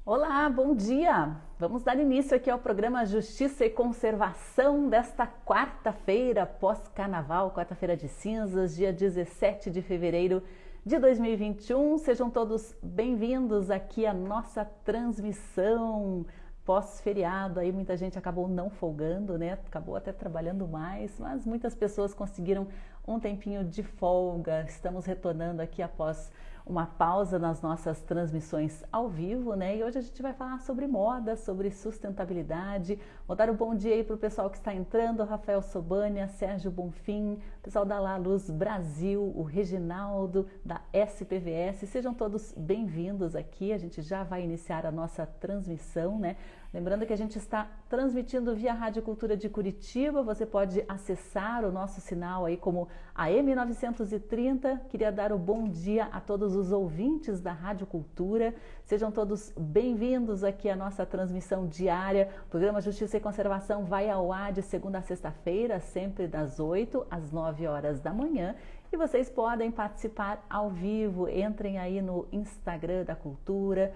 Olá, bom dia! Vamos dar início aqui ao programa Justiça e Conservação desta quarta-feira, pós-carnaval, quarta-feira de cinzas, dia 17 de fevereiro de 2021. Sejam todos bem-vindos aqui à nossa transmissão pós-feriado. Aí muita gente acabou não folgando, né? Acabou até trabalhando mais, mas muitas pessoas conseguiram um tempinho de folga. Estamos retornando aqui após uma pausa nas nossas transmissões ao vivo, né? E hoje a gente vai falar sobre moda, sobre sustentabilidade. Vou dar um bom dia aí para o pessoal que está entrando, Rafael Sobania, Sérgio Bonfim, pessoal da La Luz Brasil, o Reginaldo da SPVS. Sejam todos bem-vindos aqui. A gente já vai iniciar a nossa transmissão, né? Lembrando que a gente está transmitindo via Rádio Cultura de Curitiba. Você pode acessar o nosso sinal aí como AM 930. Queria dar o bom dia a todos os ouvintes da Rádio Cultura. Sejam todos bem-vindos aqui à nossa transmissão diária. O programa Justiça e Conservação vai ao ar de segunda a sexta-feira, sempre das 8 às 9 horas da manhã. E vocês podem participar ao vivo. Entrem aí no Instagram da Cultura,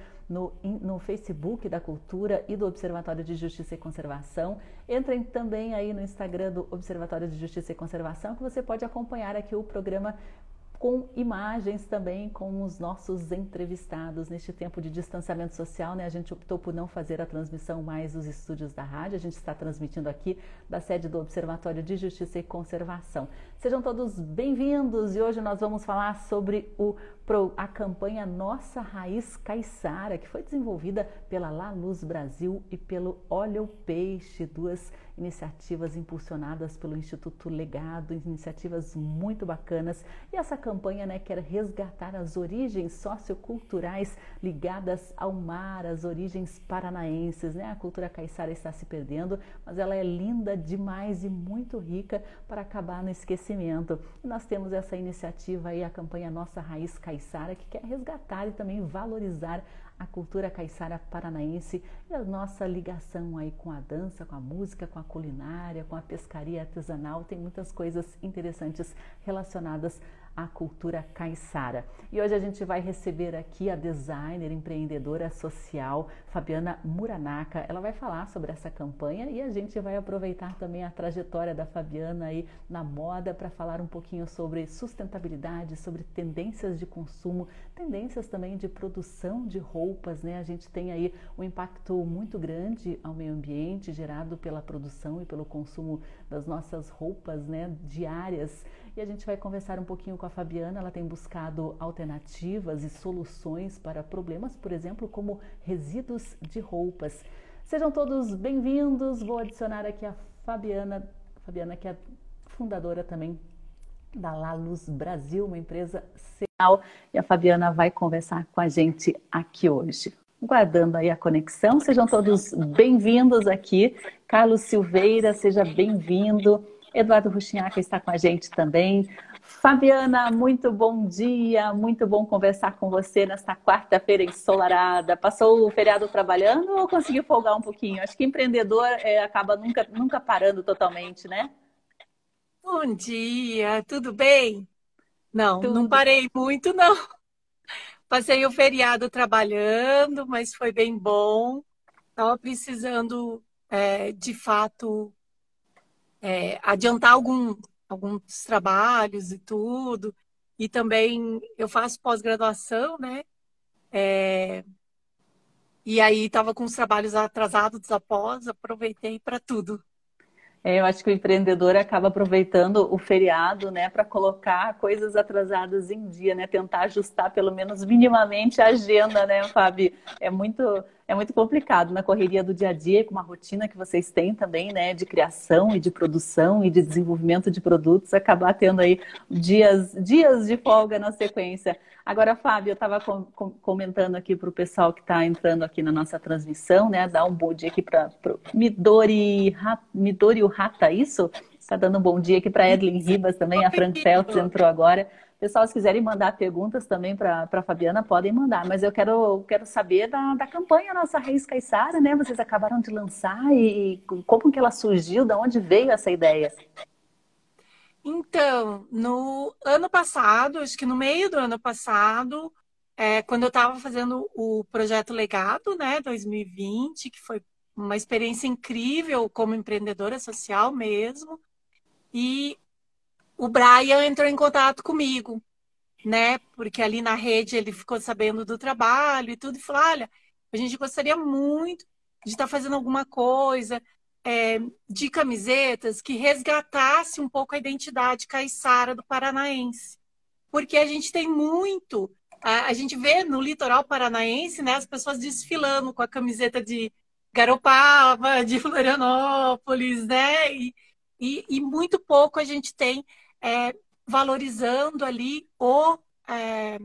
no Facebook da Cultura e do Observatório de Justiça e Conservação. Entrem também aí no Instagram do Observatório de Justiça e Conservação, que você pode acompanhar aqui o programa com imagens também, com os nossos entrevistados. Neste tempo de distanciamento social, né, a gente optou por não fazer a transmissão mais dos estúdios da rádio. A gente está transmitindo aqui da sede do Observatório de Justiça e Conservação. Sejam todos bem-vindos e hoje nós vamos falar sobre a campanha Nossa Raiz Caiçara, que foi desenvolvida pela La Luz Brasil e pelo Olha o Peixe, duas iniciativas impulsionadas pelo Instituto Legado, iniciativas muito bacanas. E essa campanha, né, quer resgatar as origens socioculturais ligadas ao mar, as origens paranaenses, né? A cultura caiçara está se perdendo, mas ela é linda demais e muito rica para acabar no esquecimento. E nós temos essa iniciativa aí, a campanha Nossa Raiz Caiçara, que quer resgatar e também valorizar a cultura caiçara paranaense e a nossa ligação aí com a dança, com a música, com a culinária, com a pescaria artesanal. Tem muitas coisas interessantes relacionadas à cultura caiçara. E hoje a gente vai receber aqui a designer, empreendedora social Fabiana Muranaka. Ela vai falar sobre essa campanha e a gente vai aproveitar também a trajetória da Fabiana aí na moda para falar um pouquinho sobre sustentabilidade, sobre tendências de consumo, tendências também de produção de roupas, né? A gente tem aí um impacto muito grande ao meio ambiente gerado pela produção e pelo consumo das nossas roupas, né, diárias. E a gente vai conversar um pouquinho com a Fabiana. Ela tem buscado alternativas e soluções para problemas, por exemplo, como resíduos de roupas. Sejam todos bem-vindos. Vou adicionar aqui a Fabiana, que é fundadora também da La Luz Brasil, uma empresa serial, e a Fabiana vai conversar com a gente aqui hoje. Guardando aí a conexão, sejam todos bem-vindos aqui. Carlos Silveira, seja bem-vindo. Eduardo Ruchinhaca está com a gente também. Fabiana, muito bom dia, muito bom conversar com você nesta quarta-feira ensolarada. Passou o feriado trabalhando ou conseguiu folgar um pouquinho? Acho que empreendedor acaba nunca parando totalmente, né? Bom dia, tudo bem? Não Tudo. parei muito, não. Passei o feriado trabalhando, mas foi bem bom. Estava precisando, de fato, adiantar alguns trabalhos e tudo. E também eu faço pós-graduação, né? E aí estava com os trabalhos atrasados após, aproveitei para tudo. Eu acho que o empreendedor acaba aproveitando o feriado, né, para colocar coisas atrasadas em dia, né, tentar ajustar pelo menos minimamente a agenda, né, Fabi? É muito complicado na correria do dia a dia, com uma rotina que vocês têm também, né, de criação e de produção e de desenvolvimento de produtos, acabar tendo aí dias de folga na sequência. Agora, Fábio, eu estava comentando aqui para o pessoal que está entrando aqui na nossa transmissão, né? Dar um bom dia aqui para Midori Urrata, isso? Está dando um bom dia aqui para Edlin Ribas também, a Frank Feltz entrou agora. Pessoal, se quiserem mandar perguntas também para a Fabiana, podem mandar. Mas eu quero saber da campanha Nossa Raiz Caiçara, né? Vocês acabaram de lançar e como que ela surgiu, de onde veio essa ideia? Então, no ano passado, acho que no meio do ano passado, quando eu estava fazendo o projeto Legado, né, 2020, que foi uma experiência incrível como empreendedora social mesmo, e o Brian entrou em contato comigo, né, porque ali na rede ele ficou sabendo do trabalho e tudo, e falou, olha, a gente gostaria muito de estar fazendo alguma coisa de camisetas que resgatasse um pouco a identidade caiçara do paranaense. Porque a gente tem muito, a gente vê no litoral paranaense, né, as pessoas desfilando com a camiseta de Garopaba, de Florianópolis, né, e muito pouco a gente tem valorizando ali é,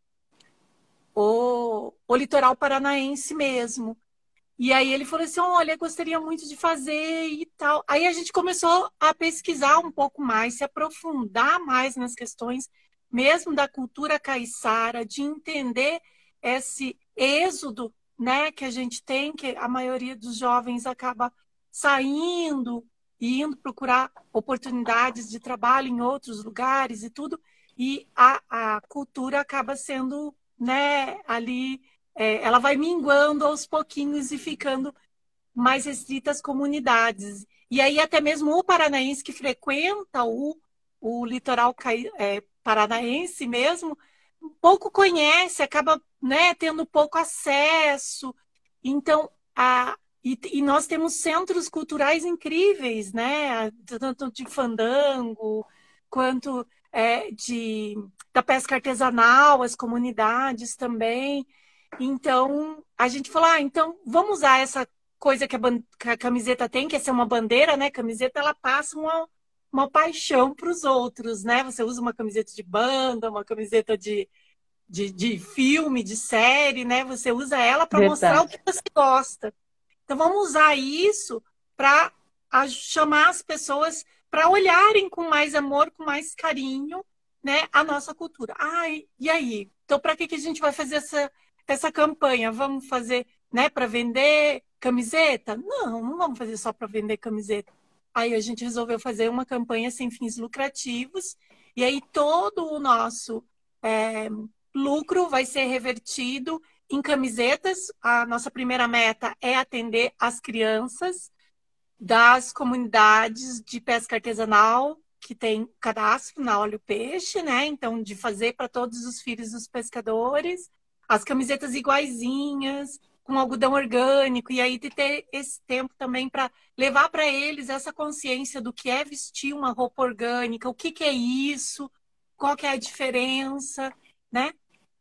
o litoral paranaense mesmo. E aí ele falou assim, olha, eu gostaria muito de fazer e tal. Aí a gente começou a pesquisar um pouco mais, se aprofundar mais nas questões mesmo da cultura caiçara, de entender esse êxodo, né, que a gente tem, que a maioria dos jovens acaba saindo e indo procurar oportunidades de trabalho em outros lugares e tudo, e a cultura acaba sendo, né, ali ela vai minguando aos pouquinhos e ficando mais restrita às comunidades. E aí até mesmo o paranaense que frequenta o litoral paranaense mesmo, pouco conhece, acaba, né, tendo pouco acesso. Então, e nós temos centros culturais incríveis, né? Tanto de fandango, quanto da pesca artesanal, as comunidades também. Então, a gente falou, então vamos usar essa coisa que a camiseta tem, que é ser uma bandeira, né? A camiseta, ela passa uma paixão para os outros, né? Você usa uma camiseta de banda, uma camiseta de filme, de série, né? Você usa ela para mostrar o Verdade. que você gosta. Então, vamos usar isso para chamar as pessoas para olharem com mais amor, com mais carinho, né, a nossa cultura. E aí? Então, para que a gente vai fazer essa campanha? Vamos fazer, né, para vender camiseta? Não, não vamos fazer só para vender camiseta. Aí a gente resolveu fazer uma campanha sem fins lucrativos, e aí todo o nosso lucro vai ser revertido em camisetas. A nossa primeira meta é atender as crianças das comunidades de pesca artesanal que tem cadastro na Olho Peixe, né? Então, de fazer para todos os filhos dos pescadores, as camisetas iguaizinhas, com algodão orgânico, e aí de ter esse tempo também para levar para eles essa consciência do que é vestir uma roupa orgânica, o que é isso, qual que é a diferença, né?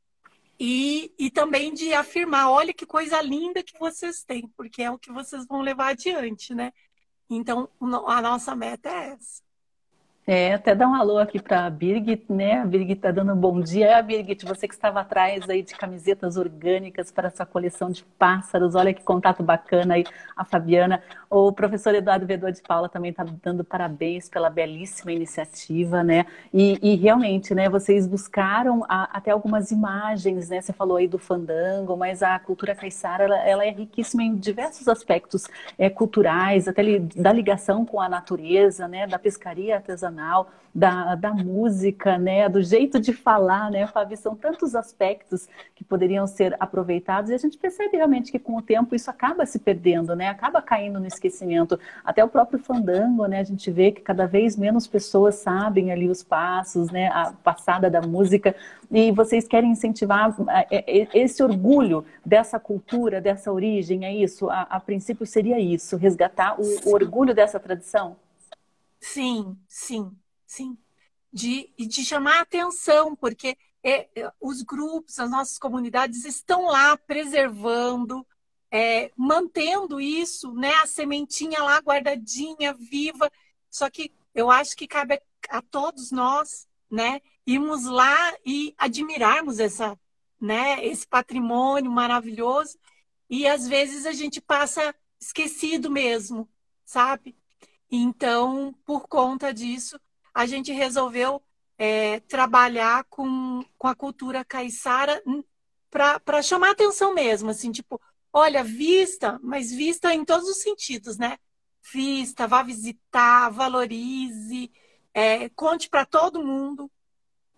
E também de afirmar, olha que coisa linda que vocês têm, porque é o que vocês vão levar adiante, né? Então, a nossa meta é essa. Até dar um alô aqui para a Birgit, né? A Birgit está dando um bom dia. A Birgit, você que estava atrás aí de camisetas orgânicas para essa coleção de pássaros, olha que contato bacana aí, a Fabiana. O professor Eduardo Vedor de Paula também está dando parabéns pela belíssima iniciativa, né? E realmente, né, vocês buscaram até algumas imagens, né? Você falou aí do fandango, mas a cultura caiçara, ela é riquíssima em diversos aspectos culturais, até da ligação com a natureza, né? Da pescaria artesanal, da música, né, do jeito de falar, né, Fábio, são tantos aspectos que poderiam ser aproveitados e a gente percebe realmente que com o tempo isso acaba se perdendo, né, acaba caindo no esquecimento. Até o próprio fandango, né, a gente vê que cada vez menos pessoas sabem ali os passos, né, a passada da música, e vocês querem incentivar esse orgulho dessa cultura, dessa origem, é isso? A princípio seria isso, resgatar o orgulho dessa tradição? Sim, sim, sim. De chamar a atenção, porque os grupos, as nossas comunidades estão lá preservando, mantendo isso, né, a sementinha lá guardadinha, viva. Só que eu acho que cabe a todos nós, né, irmos lá e admirarmos né, esse patrimônio maravilhoso. E às vezes a gente passa esquecido mesmo, sabe? Então, por conta disso, a gente resolveu trabalhar com a cultura caiçara para chamar atenção mesmo, assim, tipo, olha, vista, mas vista em todos os sentidos, né? Vista, vá visitar, valorize, conte para todo mundo,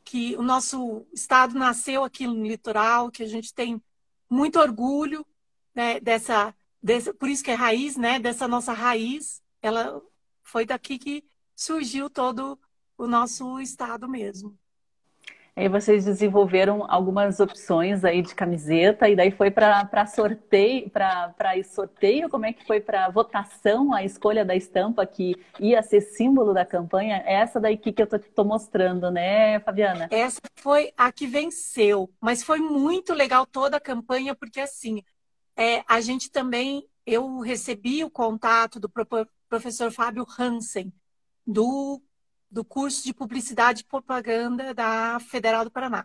que o nosso estado nasceu aqui no litoral, que a gente tem muito orgulho, né, por isso que é raiz, né, dessa nossa raiz, ela foi daqui que surgiu todo o nosso estado mesmo. Aí vocês desenvolveram algumas opções aí de camiseta e daí foi para sorteio, para sorteio, como é que foi para votação a escolha da estampa que ia ser símbolo da campanha? É essa daí que eu tô mostrando, né, Fabiana? Essa foi a que venceu, mas foi muito legal toda a campanha, porque assim, a gente também, eu recebi o contato do professor Fábio Hansen, do, do curso de Publicidade e Propaganda da Federal do Paraná.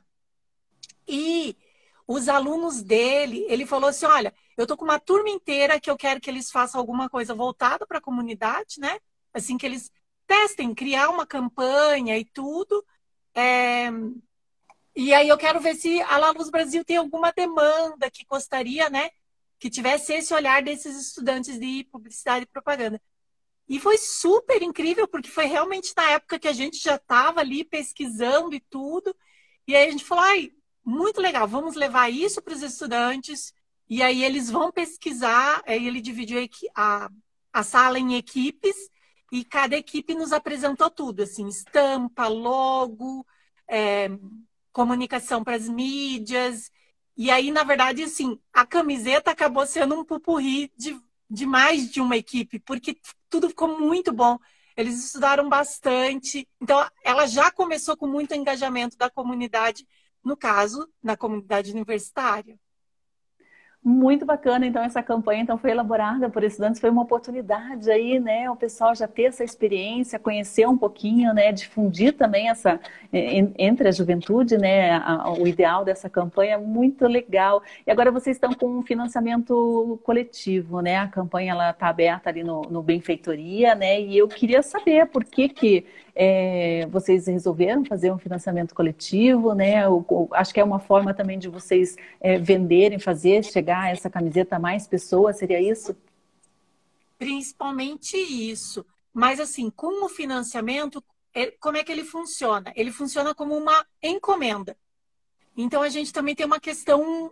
E os alunos dele, ele falou assim, olha, eu tô com uma turma inteira que eu quero que eles façam alguma coisa voltada para a comunidade, né? Assim que eles testem, criar uma campanha e tudo. É, E aí eu quero ver se a La Luz Brasil tem alguma demanda que gostaria, né? Que tivesse esse olhar desses estudantes de publicidade e propaganda. E foi super incrível, porque foi realmente na época que a gente já estava ali pesquisando e tudo. E aí a gente falou, ai, muito legal, vamos levar isso para os estudantes. E aí eles vão pesquisar, aí ele dividiu a sala em equipes, e cada equipe nos apresentou tudo, assim, estampa, logo, é, comunicação para as mídias. E aí, na verdade, assim, a camiseta acabou sendo um pupurri de mais de uma equipe, porque tudo ficou muito bom. Eles estudaram bastante. Então, ela já começou com muito engajamento da comunidade, no caso, na comunidade universitária. Muito bacana, então, essa campanha então, foi elaborada por estudantes, foi uma oportunidade aí, né, o pessoal já ter essa experiência, conhecer um pouquinho, né, difundir também essa, entre a juventude, né, o ideal dessa campanha, muito legal. E agora vocês estão com um financiamento coletivo, né, a campanha ela está aberta ali no Benfeitoria, né, e eu queria saber por que vocês resolveram fazer um financiamento coletivo, né, acho que é uma forma também de vocês venderem, fazer chegar essa camiseta a mais pessoas, seria isso? Principalmente isso. Mas, assim, com o financiamento, como é que ele funciona? Ele funciona como uma encomenda. Então, a gente também tem uma questão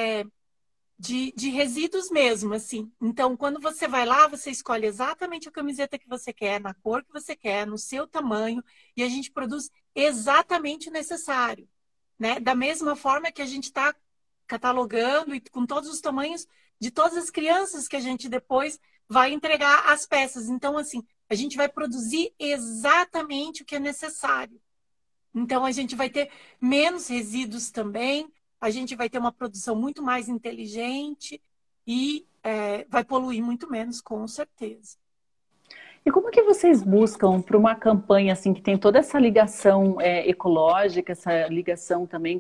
de resíduos mesmo, assim. Então, quando você vai lá, você escolhe exatamente a camiseta que você quer, na cor que você quer, no seu tamanho, e a gente produz exatamente o necessário, né? Da mesma forma que a gente está catalogando e com todos os tamanhos de todas as crianças que a gente depois vai entregar as peças. Então, assim, a gente vai produzir exatamente o que é necessário. Então, a gente vai ter menos resíduos também, a gente vai ter uma produção muito mais inteligente e vai poluir muito menos, com certeza. E como que vocês buscam para uma campanha assim que tem toda essa ligação ecológica, essa ligação também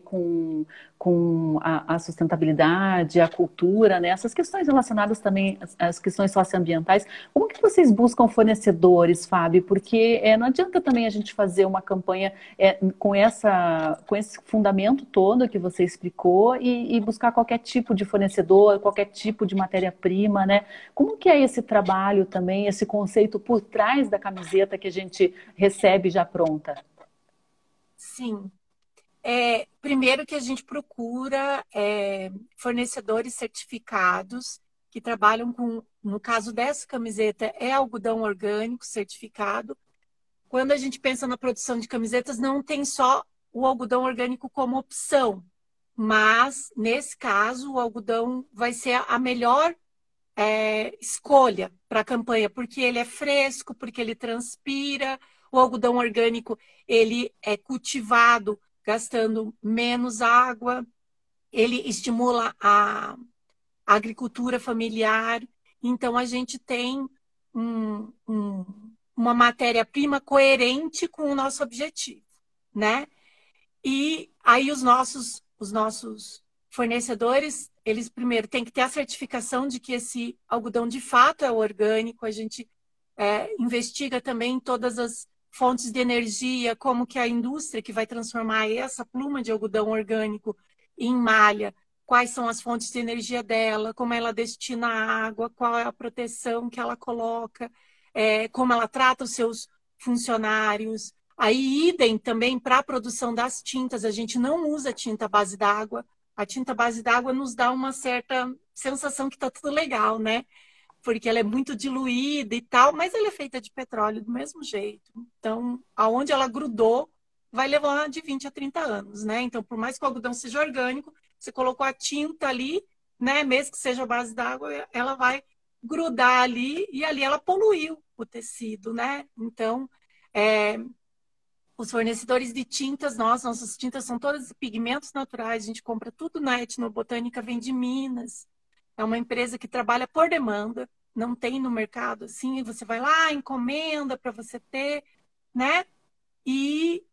com a sustentabilidade, a cultura, né? Essas questões relacionadas também às questões socioambientais. Como que vocês buscam fornecedores, Fábio? Porque não adianta também a gente fazer uma campanha com esse fundamento todo que você explicou e buscar qualquer tipo de fornecedor, qualquer tipo de matéria-prima, né? Como que é esse trabalho também, esse conceito por trás da camiseta que a gente recebe já pronta? Sim. Primeiro que a gente procura fornecedores certificados que trabalham com, no caso dessa camiseta, é algodão orgânico certificado. Quando a gente pensa na produção de camisetas, não tem só o algodão orgânico como opção, mas nesse caso o algodão vai ser a melhor escolha para a campanha, porque ele é fresco, porque ele transpira. O algodão orgânico ele é cultivado gastando menos água, ele estimula a agricultura familiar. Então a gente tem uma matéria-prima coerente com o nosso objetivo, né? E aí os nossos fornecedores, eles primeiro têm que ter a certificação de que esse algodão de fato é orgânico. A gente investiga também todas as fontes de energia, como que a indústria que vai transformar essa pluma de algodão orgânico em malha, quais são as fontes de energia dela, como ela destina a água, qual é a proteção que ela coloca, como ela trata os seus funcionários, Aí, idem também para a produção das tintas, a gente não usa tinta à base d'água. A tinta à base d'água nos dá uma certa sensação que está tudo legal, né? Porque ela é muito diluída e tal, mas ela é feita de petróleo do mesmo jeito. Então, aonde ela grudou, vai levar de 20 a 30 anos, né? Então, por mais que o algodão seja orgânico, você colocou a tinta ali, né? Mesmo que seja a base d'água, ela vai grudar ali e ali ela poluiu o tecido, né? Então, os fornecedores de tintas, nossas tintas são todas pigmentos naturais, a gente compra tudo na Etnobotânica, vem de Minas. É uma empresa que trabalha por demanda, não tem no mercado assim, você vai lá, encomenda para você ter, né? E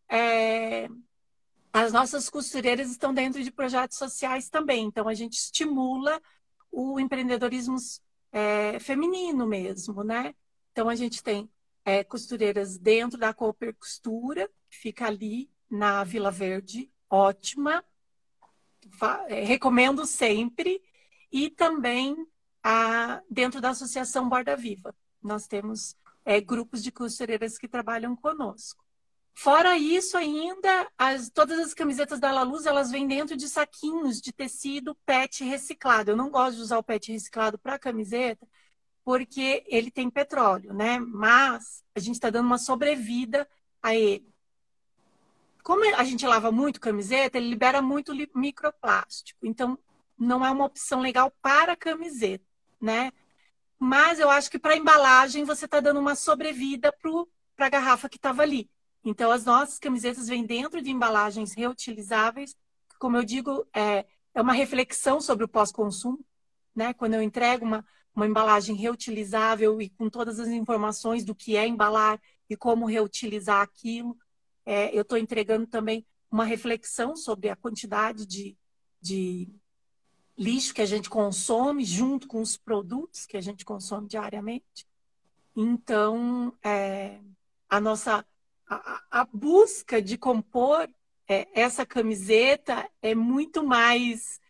as nossas costureiras estão dentro de projetos sociais também, então a gente estimula o empreendedorismo feminino mesmo, né? Então a gente tem costureiras dentro da Cooper Costura, que fica ali na Vila Verde, ótima, recomendo sempre, e também dentro da Associação Borda Viva. Nós temos grupos de costureiras que trabalham conosco. Fora isso ainda, todas as camisetas da La Luz, elas vêm dentro de saquinhos de tecido PET reciclado. Eu não gosto de usar o PET reciclado para camiseta, porque ele tem petróleo, né? Mas a gente está dando uma sobrevida a ele. Como a gente lava muito camiseta, ele libera muito microplástico. Então, não é uma opção legal para camiseta, né? Mas eu acho que para embalagem você está dando uma sobrevida para a garrafa que estava ali. Então, as nossas camisetas vêm dentro de embalagens reutilizáveis. Como eu digo, é uma reflexão sobre o pós-consumo, né? Quando eu entrego uma embalagem reutilizável e com todas as informações do que é embalar e como reutilizar aquilo, eu estou entregando também uma reflexão sobre a quantidade de lixo que a gente consome junto com os produtos que a gente consome diariamente. Então, a busca de compor essa camiseta é muito mais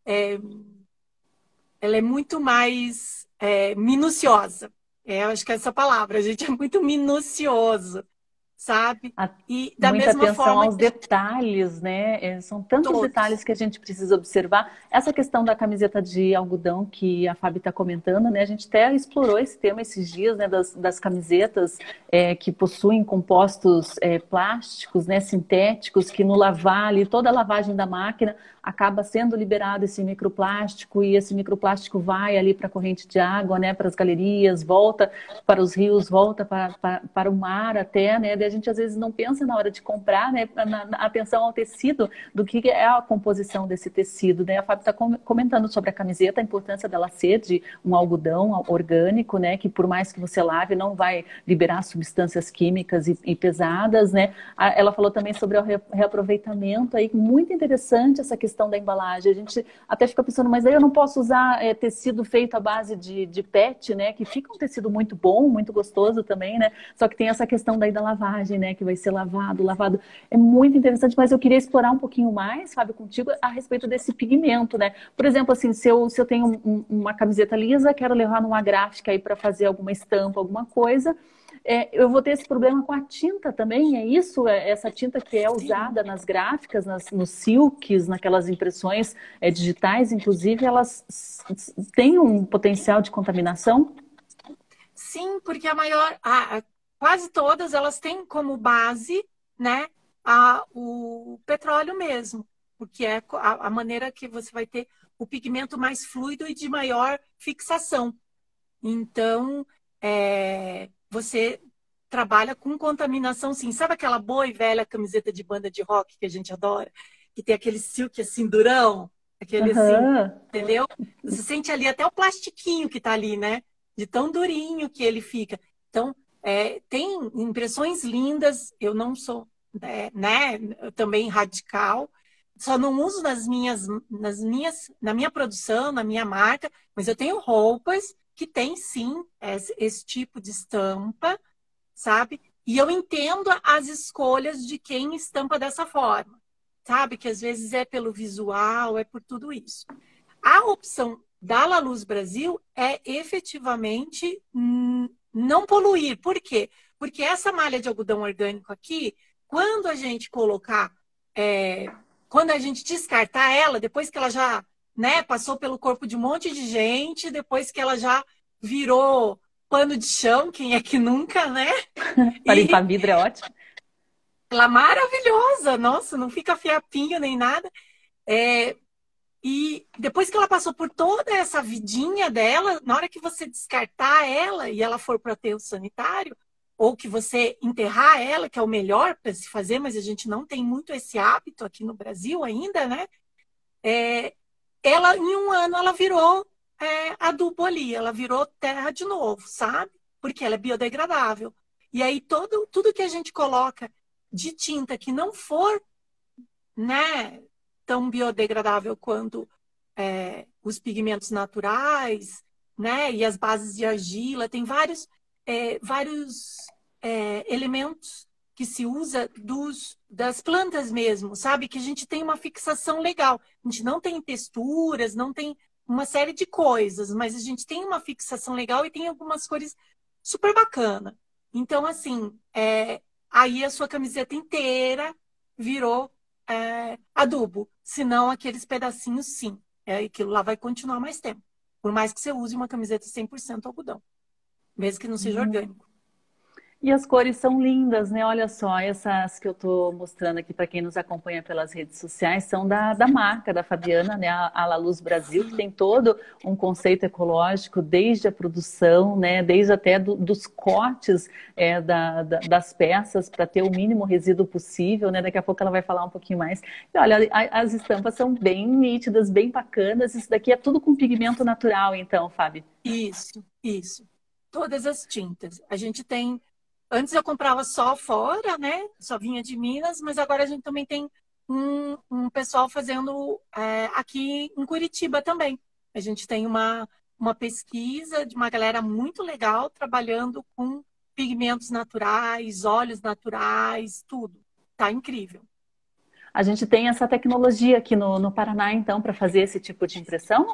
ela é muito mais minuciosa. Eu acho que é essa palavra, a gente é muito minucioso, sabe? E da Muita mesma atenção forma aos detalhes, né? São tantos todos. detalhes que a gente precisa observar. Essa questão da camiseta de algodão que a Fábio está comentando, né? A gente até explorou esse tema esses dias, né? Das camisetas que possuem compostos plásticos, né? Sintéticos, que no lavar ali, toda a lavagem da máquina acaba sendo liberado esse microplástico e esse microplástico vai ali para a corrente de água, né? Para as galerias, volta para os rios, volta para o mar até, né? A gente às vezes não pensa na hora de comprar, né? Na atenção ao tecido, do que é a composição desse tecido, né? A Fábio está comentando sobre a camiseta, a importância dela ser de um algodão orgânico, né? Que por mais que você lave, não vai liberar substâncias químicas e pesadas, né? Ela falou também sobre o reaproveitamento, aí muito interessante essa questão da embalagem. A gente até fica pensando, mas aí eu não posso usar tecido feito à base de PET, né? Que fica um tecido muito bom, muito gostoso também, né? Só que tem essa questão daí da lavagem, né? Que vai ser lavado. É muito interessante, mas eu queria explorar um pouquinho mais, Fábio, contigo, a respeito desse pigmento, né? Por exemplo, assim, se eu tenho uma camiseta lisa, quero levar numa gráfica aí para fazer alguma estampa, alguma coisa, eu vou ter esse problema com a tinta também, é isso? Essa tinta que é usada nas gráficas, nos silks, naquelas impressões digitais, inclusive, elas têm um potencial de contaminação? Sim, porque quase todas elas têm como base, né, o petróleo mesmo, porque é a maneira que você vai ter o pigmento mais fluido e de maior fixação. Então, você trabalha com contaminação, sim. Sabe aquela boa e velha camiseta de banda de rock que a gente adora? Que tem aquele silk assim, durão? Aquele assim, Aham. entendeu? Você sente ali até o plastiquinho que tá ali, né? De tão durinho que ele fica. Então, tem impressões lindas. Eu não sou, né, também radical. Só não uso na minha produção, na minha marca, mas eu tenho roupas que tem sim esse tipo de estampa, sabe? E eu entendo as escolhas de quem estampa dessa forma, sabe? Que às vezes é pelo visual, é por tudo isso. A opção da La Luz Brasil é efetivamente não poluir. Por quê? Porque essa malha de algodão orgânico aqui quando a gente colocar, quando a gente descartar ela, depois que ela já, né, passou pelo corpo de um monte de gente, depois que ela já virou pano de chão, quem é que nunca, né? Para E limpar vidro é ótimo. ela maravilhosa, nossa, não fica fiapinho nem nada. É, e depois que ela passou por toda essa vidinha dela, na hora que você descartar ela e ela for para aterro sanitário, ou que você enterrar ela, que é o melhor para se fazer, mas a gente não tem muito esse hábito aqui no Brasil ainda, né? Ela, em um ano, ela virou adubo ali, ela virou terra de novo, sabe? Porque ela é biodegradável. E aí, tudo que a gente coloca de tinta que não for, né, tão biodegradável quanto os pigmentos naturais, né, e as bases de argila, tem vários elementos que se usa das plantas mesmo, sabe? Que a gente tem uma fixação legal. A gente não tem texturas, não tem uma série de coisas, mas a gente tem uma fixação legal e tem algumas cores super bacana. Então, assim, aí a sua camiseta inteira virou adubo. Se não, aqueles pedacinhos, sim. Aquilo lá vai continuar mais tempo. Por mais que você use uma camiseta 100% algodão. Mesmo que não seja orgânico. E as cores são lindas, né? Olha só, essas que eu estou mostrando aqui para quem nos acompanha pelas redes sociais são da marca da Fabiana, né? A La Luz Brasil, que tem todo um conceito ecológico desde a produção, né? Desde até dos cortes das peças para ter o mínimo resíduo possível, né? Daqui a pouco ela vai falar um pouquinho mais. E olha, as estampas são bem nítidas, bem bacanas. Isso daqui é tudo com pigmento natural, então, Fábio. Isso. Todas as tintas. A gente tem. Antes eu comprava só fora, né? Só vinha de Minas, mas agora a gente também tem um pessoal fazendo aqui em Curitiba também. A gente tem uma pesquisa de uma galera muito legal trabalhando com pigmentos naturais, óleos naturais, tudo. Tá incrível. A gente tem essa tecnologia aqui no Paraná, então, para fazer esse tipo de impressão?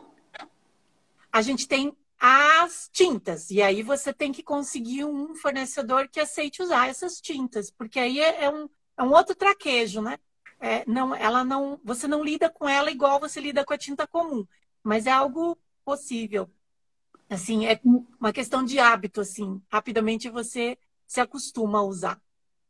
A gente tem as tintas, e aí você tem que conseguir um fornecedor que aceite usar essas tintas, porque aí é um outro traquejo, né? Você não lida com ela igual você lida com a tinta comum, mas é algo possível. Assim, é uma questão de hábito, assim, rapidamente você se acostuma a usar.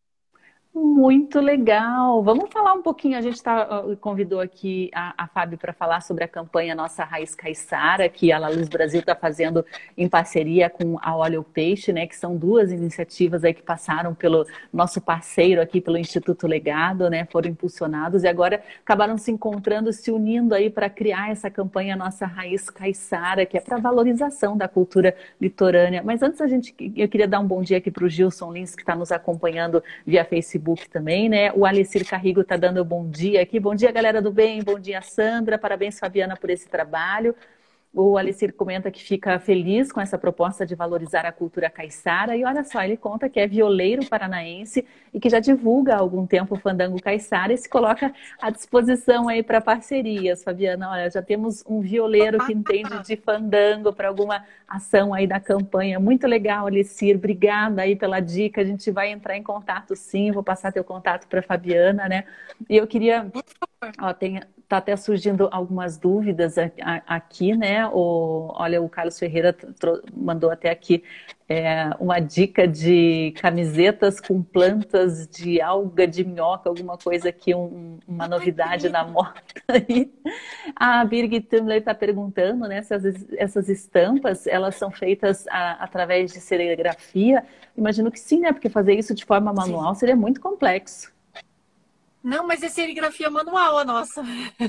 Muito legal. Vamos falar um pouquinho. A gente convidou aqui a Fábio para falar sobre a campanha Nossa Raiz Caiçara, que a La Luz Brasil está fazendo em parceria com a Óleo Peixe, né? Que são duas iniciativas aí que passaram pelo nosso parceiro aqui, pelo Instituto Legado, né? Foram impulsionados e agora acabaram se encontrando, se unindo aí para criar essa campanha Nossa Raiz Caiçara, que é para valorização da cultura litorânea. Mas antes eu queria dar um bom dia aqui para o Gilson Lins, que está nos acompanhando via Facebook também, né? O Alecir Carrigo tá dando bom dia aqui. Bom dia, galera do bem. Bom dia, Sandra. Parabéns, Fabiana, por esse trabalho. O Alecir comenta que fica feliz com essa proposta de valorizar a cultura caiçara. E olha só, ele conta que é violeiro paranaense e que já divulga há algum tempo o fandango caiçara e se coloca à disposição aí para parcerias. Fabiana, olha, já temos um violeiro que entende de fandango para alguma ação aí da campanha. Muito legal, Alecir. Obrigada aí pela dica. A gente vai entrar em contato, sim. Vou passar teu contato para Fabiana, né? E eu queria... Ó, tá até surgindo algumas dúvidas aqui, né? Olha, o Carlos Ferreira mandou até aqui uma dica de camisetas com plantas de alga de minhoca, alguma coisa aqui, uma novidade na moda aí. A Birgit Tumler está perguntando, né, se essas estampas, elas são feitas através de serigrafia. Imagino que sim, né? Porque fazer isso de forma manual seria muito complexo. Não, mas é serigrafia manual a nossa.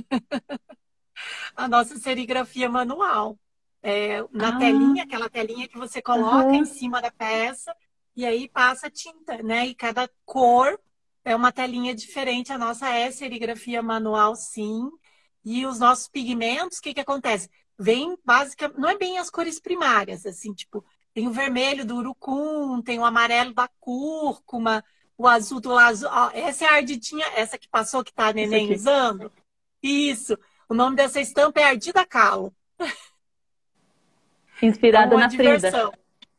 A nossa serigrafia manual. Na telinha, aquela telinha que você coloca em cima da peça e aí passa tinta, né? E cada cor é uma telinha diferente. A nossa é serigrafia manual, sim. E os nossos pigmentos, o que acontece? Vem basicamente, não é bem as cores primárias, assim, tipo, tem o vermelho do urucum, tem o amarelo da cúrcuma, o azul do azul. Ó, essa é a ardidinha, essa que passou, que tá a neném usando. Isso. O nome dessa estampa é Ardida Calo. Inspirada então, na Frida.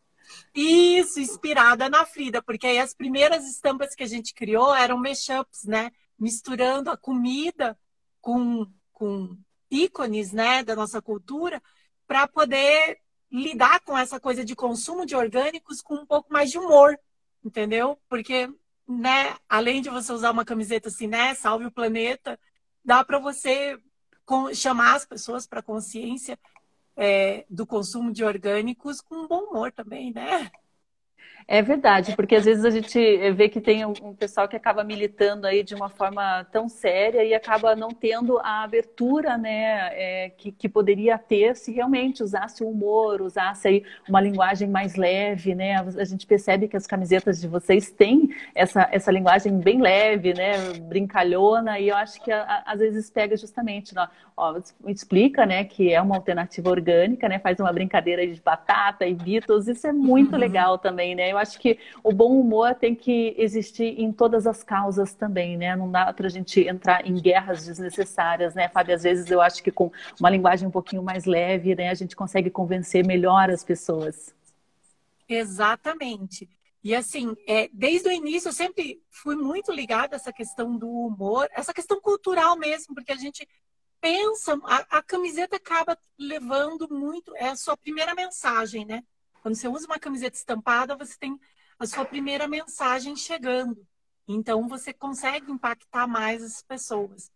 Isso, inspirada na Frida, porque aí as primeiras estampas que a gente criou eram mashups, né? Misturando a comida com ícones, né, da nossa cultura, para poder lidar com essa coisa de consumo de orgânicos com um pouco mais de humor, entendeu? Porque, né, além de você usar uma camiseta assim, né, salve o planeta, dá para você chamar as pessoas para consciência do consumo de orgânicos com bom humor também, né? É verdade, porque às vezes a gente vê que tem um pessoal que acaba militando aí de uma forma tão séria e acaba não tendo a abertura, né, que poderia ter se realmente usasse o humor, usasse aí uma linguagem mais leve, né? A gente percebe que as camisetas de vocês têm essa linguagem bem leve, né, brincalhona, e eu acho que às vezes pega justamente, ó, explica, né, que é uma alternativa orgânica, né, faz uma brincadeira de batata e Beatles, isso é muito legal também, né? Eu acho que o bom humor tem que existir em todas as causas também, né? Não dá para a gente entrar em guerras desnecessárias, né, Fábio? Às vezes eu acho que com uma linguagem um pouquinho mais leve, né, a gente consegue convencer melhor as pessoas. Exatamente. E assim, desde o início eu sempre fui muito ligada a essa questão do humor, essa questão cultural mesmo, porque a gente pensa, a camiseta acaba levando muito, é a sua primeira mensagem, né? Quando você usa uma camiseta estampada, você tem a sua primeira mensagem chegando. Então você consegue impactar mais as pessoas.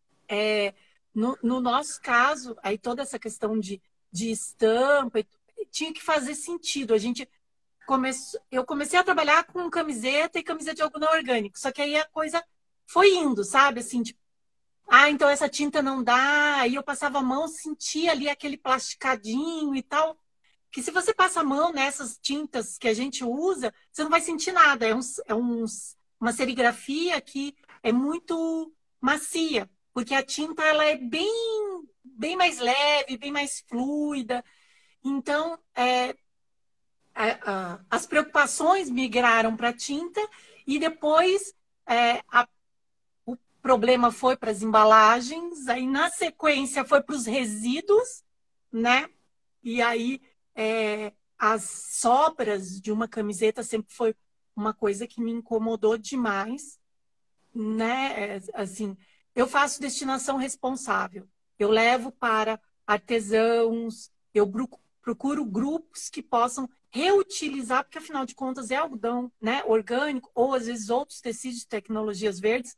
No nosso caso, aí toda essa questão de estampa tinha que fazer sentido. Eu comecei a trabalhar com camiseta e camiseta de algodão orgânico. Só que aí a coisa foi indo, sabe? Assim, tipo, então essa tinta não dá. Aí eu passava a mão, sentia ali aquele plasticadinho e tal. Que se você passa a mão nessas tintas que a gente usa, você não vai sentir nada. Uma serigrafia que é muito macia, porque a tinta ela é bem mais leve, bem mais fluida. Então, as preocupações migraram para a tinta e depois o problema foi para as embalagens, aí na sequência foi para os resíduos, né? E aí as sobras de uma camiseta sempre foi uma coisa que me incomodou demais, né? Assim, eu faço destinação responsável. Eu levo para artesãos, procuro grupos que possam reutilizar, porque afinal de contas é algodão, né, orgânico, ou às vezes outros tecidos de tecnologias verdes,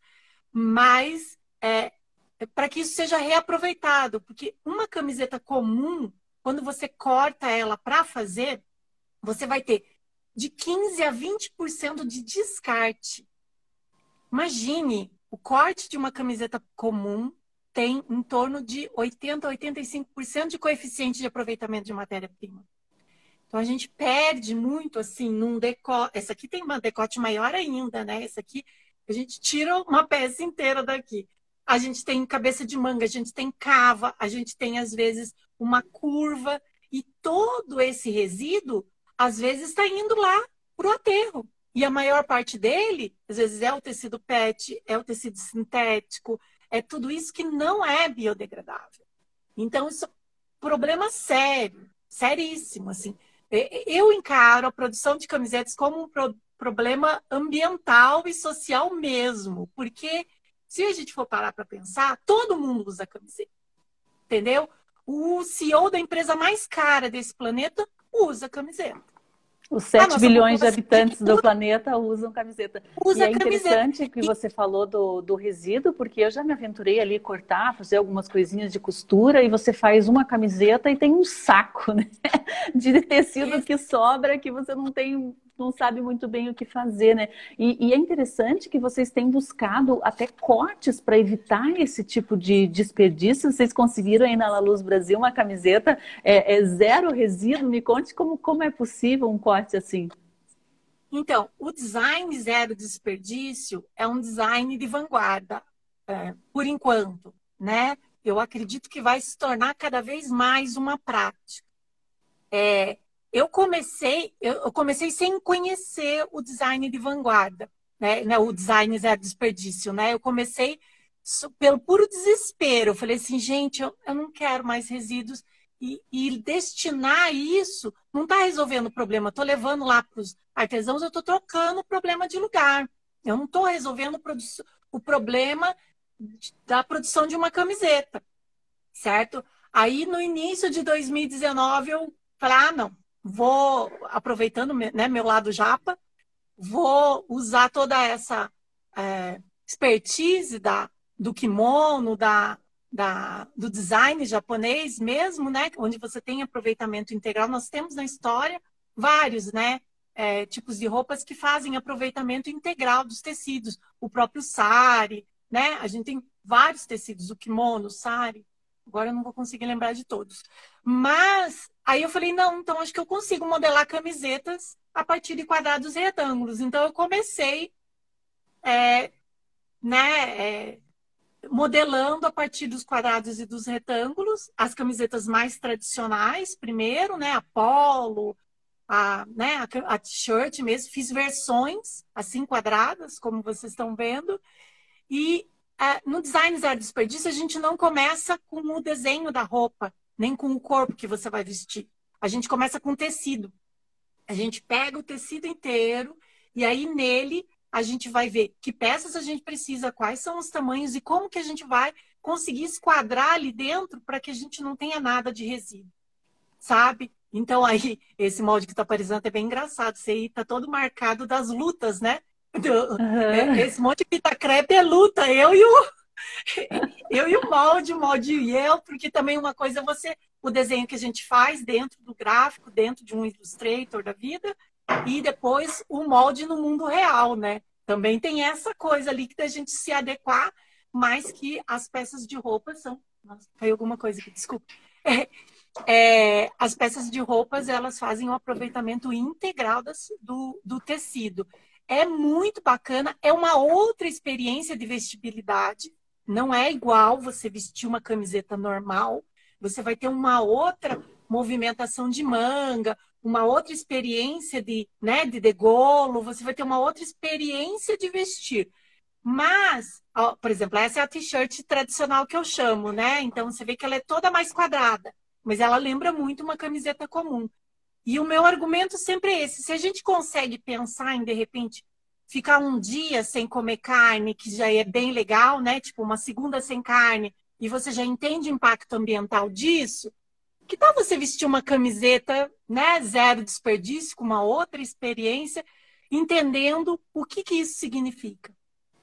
mas para que isso seja reaproveitado, porque uma camiseta comum, quando você corta ela para fazer, você vai ter de 15 a 20% de descarte. Imagine, o corte de uma camiseta comum tem em torno de 80 a 85% de coeficiente de aproveitamento de matéria-prima. Então a gente perde muito assim num decote. Essa aqui tem uma decote maior ainda, né? Essa aqui a gente tira uma peça inteira daqui. A gente tem cabeça de manga, a gente tem cava, a gente tem às vezes uma curva e todo esse resíduo às vezes está indo lá para o aterro. E a maior parte dele, às vezes, é o tecido PET, é o tecido sintético, é tudo isso que não é biodegradável. Então, isso é um problema sério, seríssimo, assim. Eu encaro a produção de camisetas como um problema ambiental e social mesmo, porque se a gente for parar para pensar, todo mundo usa camiseta, entendeu? O CEO da empresa mais cara desse planeta usa camiseta. Os 7 bilhões de habitantes de do planeta usam camiseta. E usa é camiseta. interessante que você falou do resíduo, porque eu já me aventurei ali cortar, fazer algumas coisinhas de costura, e você faz uma camiseta e tem um saco, né, de tecido que sobra, que você não sabe muito bem o que fazer, né? E é interessante que vocês têm buscado até cortes para evitar esse tipo de desperdício. Vocês conseguiram aí na La Luz Brasil uma camiseta zero resíduo. Me conte como é possível um corte assim. Então, o design zero desperdício é um design de vanguarda, por enquanto, né? Eu acredito que vai se tornar cada vez mais uma prática. Eu comecei sem conhecer o design de vanguarda, né? O design zero desperdício, né? Eu comecei pelo puro desespero. Eu falei assim, gente, eu não quero mais resíduos e destinar isso não está resolvendo o problema. Estou levando lá para os artesãos, eu estou trocando o problema de lugar. Eu não estou resolvendo o problema da produção de uma camiseta, certo? Aí, no início de 2019, eu falei, ah, não, vou, aproveitando, né, meu lado japa, vou usar toda essa expertise do kimono, do design japonês mesmo, né? Onde você tem aproveitamento integral. Nós temos na história vários, né? Tipos de roupas que fazem aproveitamento integral dos tecidos. O próprio sari, né? A gente tem vários tecidos, o kimono, o sari. Agora eu não vou conseguir lembrar de todos. Mas aí eu falei, não, então acho que eu consigo modelar camisetas a partir de quadrados e retângulos. Então eu comecei, né, modelando a partir dos quadrados e dos retângulos, as camisetas mais tradicionais primeiro, né, a polo, né, a t-shirt mesmo, fiz versões assim quadradas, como vocês estão vendo, e no Design Zero Desperdício a gente não começa com o desenho da roupa, nem com o corpo que você vai vestir. A gente começa com o tecido. A gente pega o tecido inteiro e aí nele a gente vai ver que peças a gente precisa, quais são os tamanhos e como que a gente vai conseguir esquadrar ali dentro para que a gente não tenha nada de resíduo, sabe? Então aí, esse molde que está aparecendo é bem engraçado. Esse aí tá todo marcado das lutas, né? Esse monte de fita crepe é luta. Eu e o molde e eu, porque também uma coisa é o desenho que a gente faz dentro do gráfico, dentro de um Illustrator da vida, e depois o molde no mundo real, né? Também tem essa coisa ali que da gente se adequar, mas que as peças de roupa são... Nossa, caiu alguma coisa aqui, desculpa. As peças de roupas, elas fazem um aproveitamento integral do tecido. É muito bacana, é uma outra experiência de vestibilidade. Não é igual você vestir uma camiseta normal. Você vai ter uma outra movimentação de manga, uma outra experiência né, de degolo, você vai ter uma outra experiência de vestir. Mas, ó, por exemplo, essa é a t-shirt tradicional que eu chamo, né? Então, você vê que ela é toda mais quadrada, mas ela lembra muito uma camiseta comum. E o meu argumento sempre é esse. Se a gente consegue pensar em, de repente, ficar um dia sem comer carne, que já é bem legal, né? Tipo, uma segunda sem carne, e você já entende o impacto ambiental disso, que tal você vestir uma camiseta, né, zero desperdício, com uma outra experiência, entendendo o que isso significa?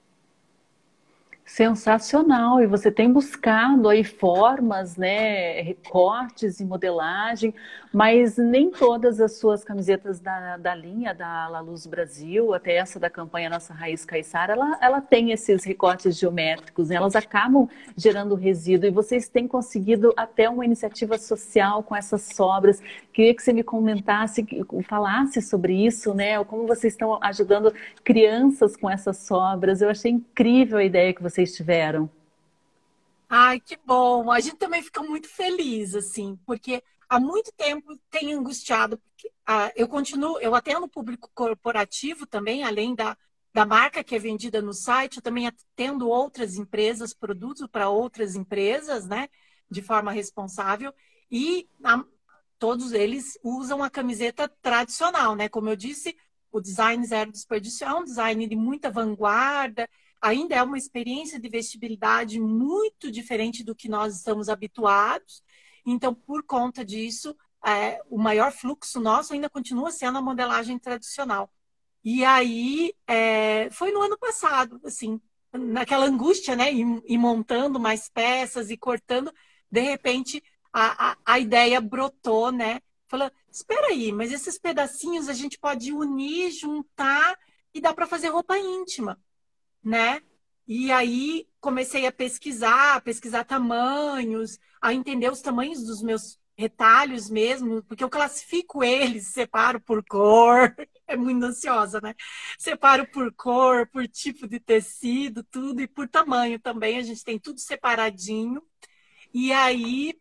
Sensacional, e você tem buscado aí formas, né, recortes e modelagem, mas nem todas as suas camisetas da linha da La Luz Brasil, até essa da campanha Nossa Raiz Caiçara, ela tem esses recortes geométricos, né, elas acabam gerando resíduo, e vocês têm conseguido até uma iniciativa social com essas sobras. Queria que você me comentasse, falasse sobre isso, né, como vocês estão ajudando crianças com essas sobras. Eu achei incrível a ideia que vocês tiveram. Ai, que bom! A gente também fica muito feliz, assim, porque há muito tempo tem angustiado. Porque, eu atendo público corporativo também, além da marca que é vendida no site, eu também atendo outras empresas, produtos para outras empresas, né, de forma responsável, e todos eles usam a camiseta tradicional, né? Como eu disse, o design zero desperdício é um design de muita vanguarda, ainda é uma experiência de vestibilidade muito diferente do que nós estamos habituados. Então, por conta disso, o maior fluxo nosso ainda continua sendo a modelagem tradicional. E aí, foi no ano passado, assim, naquela angústia, né? E montando mais peças e cortando, de repente, a ideia brotou, né? Falando, espera aí, mas esses pedacinhos a gente pode unir, juntar e dá para fazer roupa íntima, né? E aí comecei a pesquisar tamanhos, a entender os tamanhos dos meus retalhos mesmo, porque eu classifico eles, separo por cor, é muito ansiosa, né? Separo por cor, por tipo de tecido, tudo, e por tamanho também, a gente tem tudo separadinho. E aí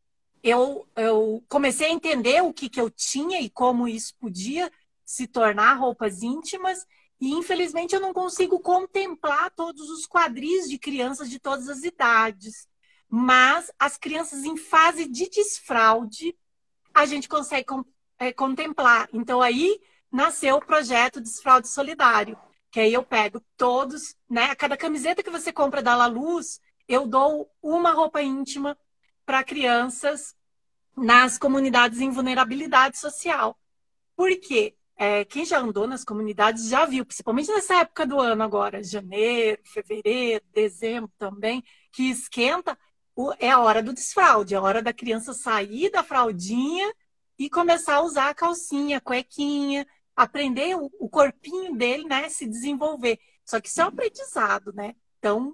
eu comecei a entender o que eu tinha e como isso podia se tornar roupas íntimas. E, infelizmente, eu não consigo contemplar todos os quadris de crianças de todas as idades. mas as crianças em fase de desfraude, a gente consegue contemplar. Então, aí nasceu o projeto Desfraude Solidário, que aí eu pego todos, né? A cada camiseta que você compra da La Luz, eu dou uma roupa íntima para crianças nas comunidades em vulnerabilidade social. Por quê? Quem já andou nas comunidades já viu, principalmente nessa época do ano agora, janeiro, fevereiro, dezembro também, que esquenta, é a hora do desfraude, é a hora da criança sair da fraldinha e começar a usar a calcinha, a cuequinha, aprender o corpinho dele, né, se desenvolver. Só que isso é um aprendizado, né? Então,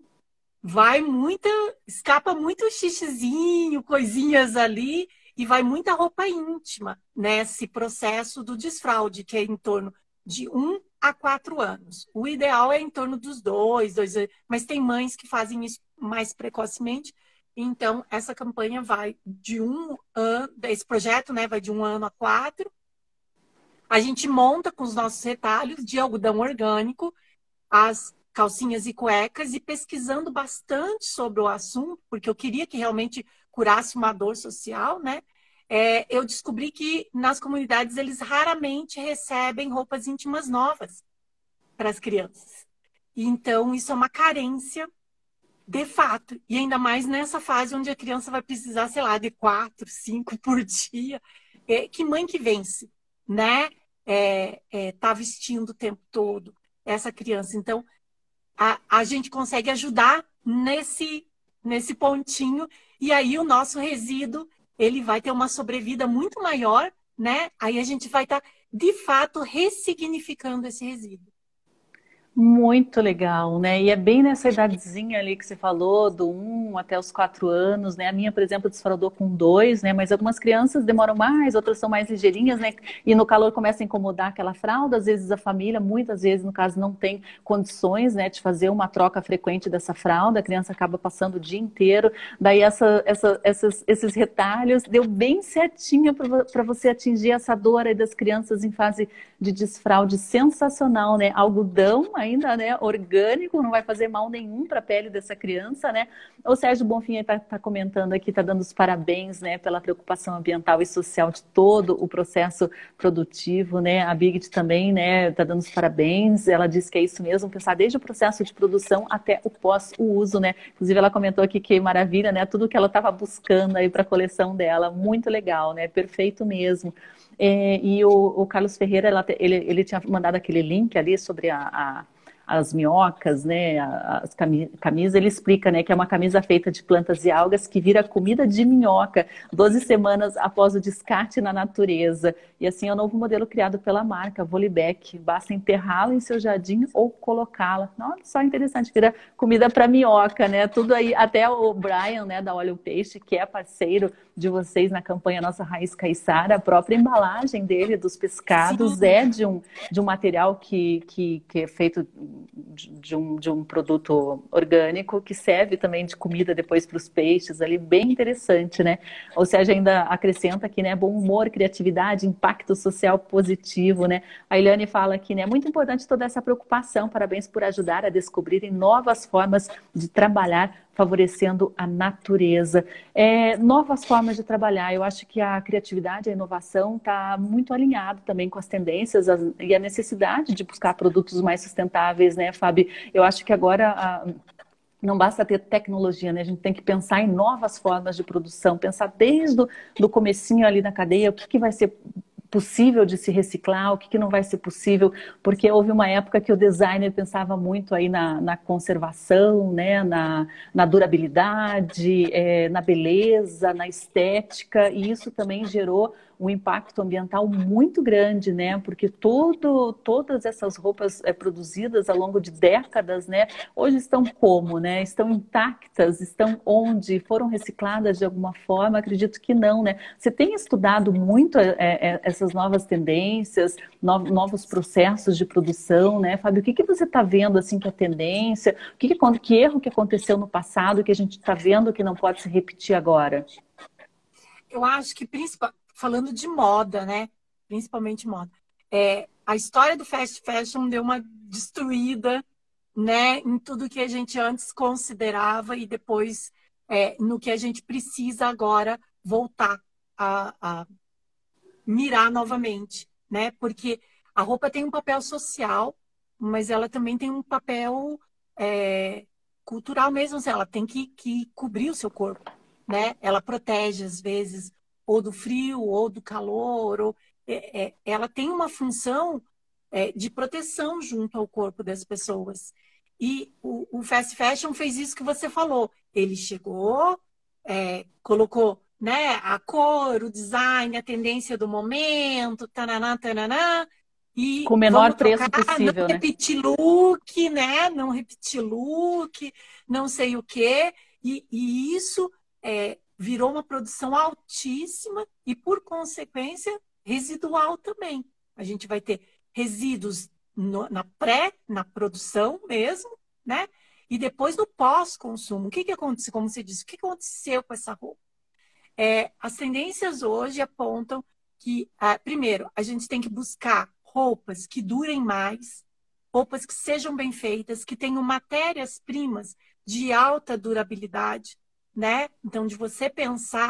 escapa muito xixizinho, coisinhas ali, e vai muita roupa íntima nesse processo do desfraude, que é em torno de 1 a 4 anos. O ideal é em torno dos 2 anos, mas tem mães que fazem isso mais precocemente. Então, essa campanha vai de 1 ano, esse projeto, né, vai de 1 ano a 4. A gente monta com os nossos retalhos de algodão orgânico, as calcinhas e cuecas, e pesquisando bastante sobre o assunto, porque eu queria que realmente curasse uma dor social, né? Eu descobri que nas comunidades eles raramente recebem roupas íntimas novas para as crianças. Então, isso é uma carência de fato. E ainda mais nessa fase onde a criança vai precisar, sei lá, de 4, 5 por dia. Que mãe que vence, né? Tá vestindo o tempo todo essa criança. Então, a gente consegue ajudar nesse pontinho, e aí o nosso resíduo ele vai ter uma sobrevida muito maior, né? Aí a gente vai estar, de fato, ressignificando esse resíduo. Muito legal, né? E é bem nessa idadezinha ali que você falou, do 1 até os 4 anos, né? A minha, por exemplo, desfraudou com 2, né? Mas algumas crianças demoram mais, outras são mais ligeirinhas, né? E no calor começa a incomodar aquela fralda, às vezes a família, muitas vezes, no caso, não tem condições, né, de fazer uma troca frequente dessa fralda, a criança acaba passando o dia inteiro, daí esses retalhos deu bem certinho para você atingir essa dor aí das crianças em fase de desfraude, sensacional, né? Algodão ainda, né, orgânico, não vai fazer mal nenhum para a pele dessa criança, né? O Sérgio Bonfim está comentando aqui, está dando os parabéns, né, pela preocupação ambiental e social de todo o processo produtivo, né? A Bigit também, né, está dando os parabéns. Ela disse que é isso mesmo, pensar desde o processo de produção até o pós-uso, né? Inclusive ela comentou aqui que maravilha, né? Tudo que ela estava buscando aí para a coleção dela, muito legal, né? Perfeito mesmo. E o Carlos Ferreira, ele tinha mandado aquele link ali sobre as minhocas, né, as camisas. Ele explica, né, que é uma camisa feita de plantas e algas que vira comida de minhoca 12 semanas após o descarte na natureza. E assim é o novo modelo criado pela marca Volibeck. Basta enterrá-la em seu jardim ou colocá-la. Olha só, interessante, vira comida para minhoca, né? Tudo aí, até o Brian, né, da Óleo Peixe, que é parceiro de vocês na campanha Nossa Raiz Caiçara, a própria embalagem dele, dos pescados, sim, é de um material que é feito de um produto orgânico, que serve também de comida depois para os peixes ali, bem interessante, né? Ou seja, ainda acrescenta aqui, né, bom humor, criatividade, impacto social positivo, né? A Eliane fala aqui, né, muito importante toda essa preocupação, parabéns por ajudar a descobrirem novas formas de trabalhar favorecendo a natureza. Novas formas de trabalhar. Eu acho que a criatividade, a inovação está muito alinhado também com as tendências e a necessidade de buscar produtos mais sustentáveis, né, Fábio? Eu acho que agora não basta ter tecnologia, né? A gente tem que pensar em novas formas de produção, pensar desde o comecinho ali na cadeia, o que vai ser possível de se reciclar, o que não vai ser possível, porque houve uma época que o designer pensava muito aí na conservação, né, na durabilidade, na beleza, na estética, e isso também gerou um impacto ambiental muito grande, né? Porque todas essas roupas produzidas ao longo de décadas, né? Hoje estão como, né? Estão intactas, estão onde? Foram recicladas de alguma forma? Acredito que não, né? Você tem estudado muito essas novas tendências, novos processos de produção, né, Fábio? O que você está vendo assim que é tendência? Que erro que aconteceu no passado que a gente está vendo que não pode se repetir agora? Eu acho que, falando de moda, né? Principalmente moda. A história do fast fashion deu uma destruída, né, em tudo que a gente antes considerava e depois no que a gente precisa agora voltar a mirar novamente, né? Porque a roupa tem um papel social, mas ela também tem um papel cultural mesmo, assim, ela tem que cobrir o seu corpo, né? Ela protege, às vezes, ou do frio, ou do calor, ela tem uma função de proteção junto ao corpo das pessoas. E o fast fashion fez isso que você falou. Ele chegou, colocou, né, a cor, o design, a tendência do momento, tananã, tananã, Com e o menor vamos preço trocar, não possível, né? repetir look, né? Não repetir look, não sei o quê. E isso virou uma produção altíssima e, por consequência, residual também. A gente vai ter resíduos na produção mesmo, né? E depois no pós-consumo. O que aconteceu? Como você disse, o que aconteceu com essa roupa? As tendências hoje apontam que, primeiro, a gente tem que buscar roupas que durem mais, roupas que sejam bem feitas, que tenham matérias-primas de alta durabilidade, né? Então, de você pensar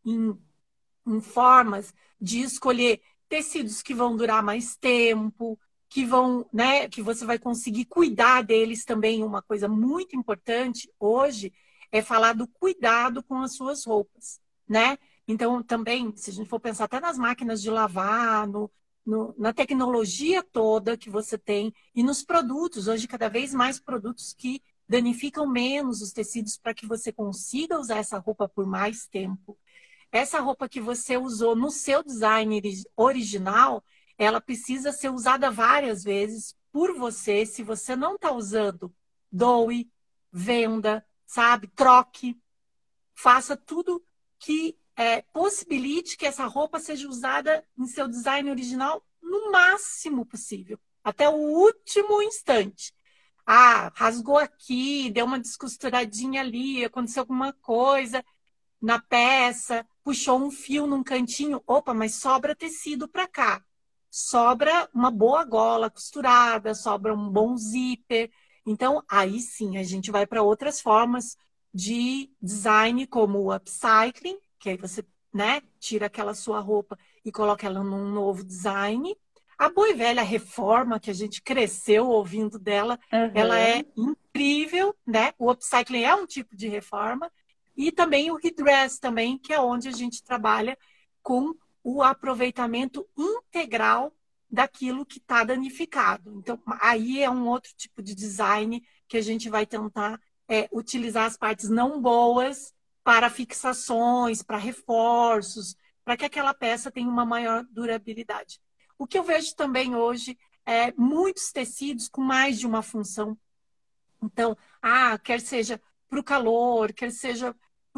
em formas de escolher tecidos que vão durar mais tempo, que vão, né, que você vai conseguir cuidar deles também. Uma coisa muito importante hoje é falar do cuidado com as suas roupas, né? Então, também, se a gente for pensar até nas máquinas de lavar, na tecnologia toda que você tem e nos produtos, hoje cada vez mais produtos que danificam menos os tecidos para que você consiga usar essa roupa por mais tempo. Essa roupa que você usou no seu design original, ela precisa ser usada várias vezes por você. Se você não está usando, doe, venda, sabe? Troque. Faça tudo que possibilite que essa roupa seja usada em seu design original no máximo possível, até o último instante. Ah, rasgou aqui, deu uma descosturadinha ali, aconteceu alguma coisa na peça, puxou um fio num cantinho, opa, mas sobra tecido para cá. Sobra uma boa gola costurada, sobra um bom zíper. Então, aí sim, a gente vai para outras formas de design, como o upcycling, que aí você, né, tira aquela sua roupa e coloca ela num novo design. A boa e velha reforma, que a gente cresceu ouvindo dela, ela é incrível, né? O upcycling é um tipo de reforma. E também o redress também, que é onde a gente trabalha com o aproveitamento integral daquilo que está danificado. Então, aí é um outro tipo de design que a gente vai tentar utilizar as partes não boas para fixações, para reforços, para que aquela peça tenha uma maior durabilidade. O que eu vejo também hoje é muitos tecidos com mais de uma função. Então, quer seja para o calor, quer seja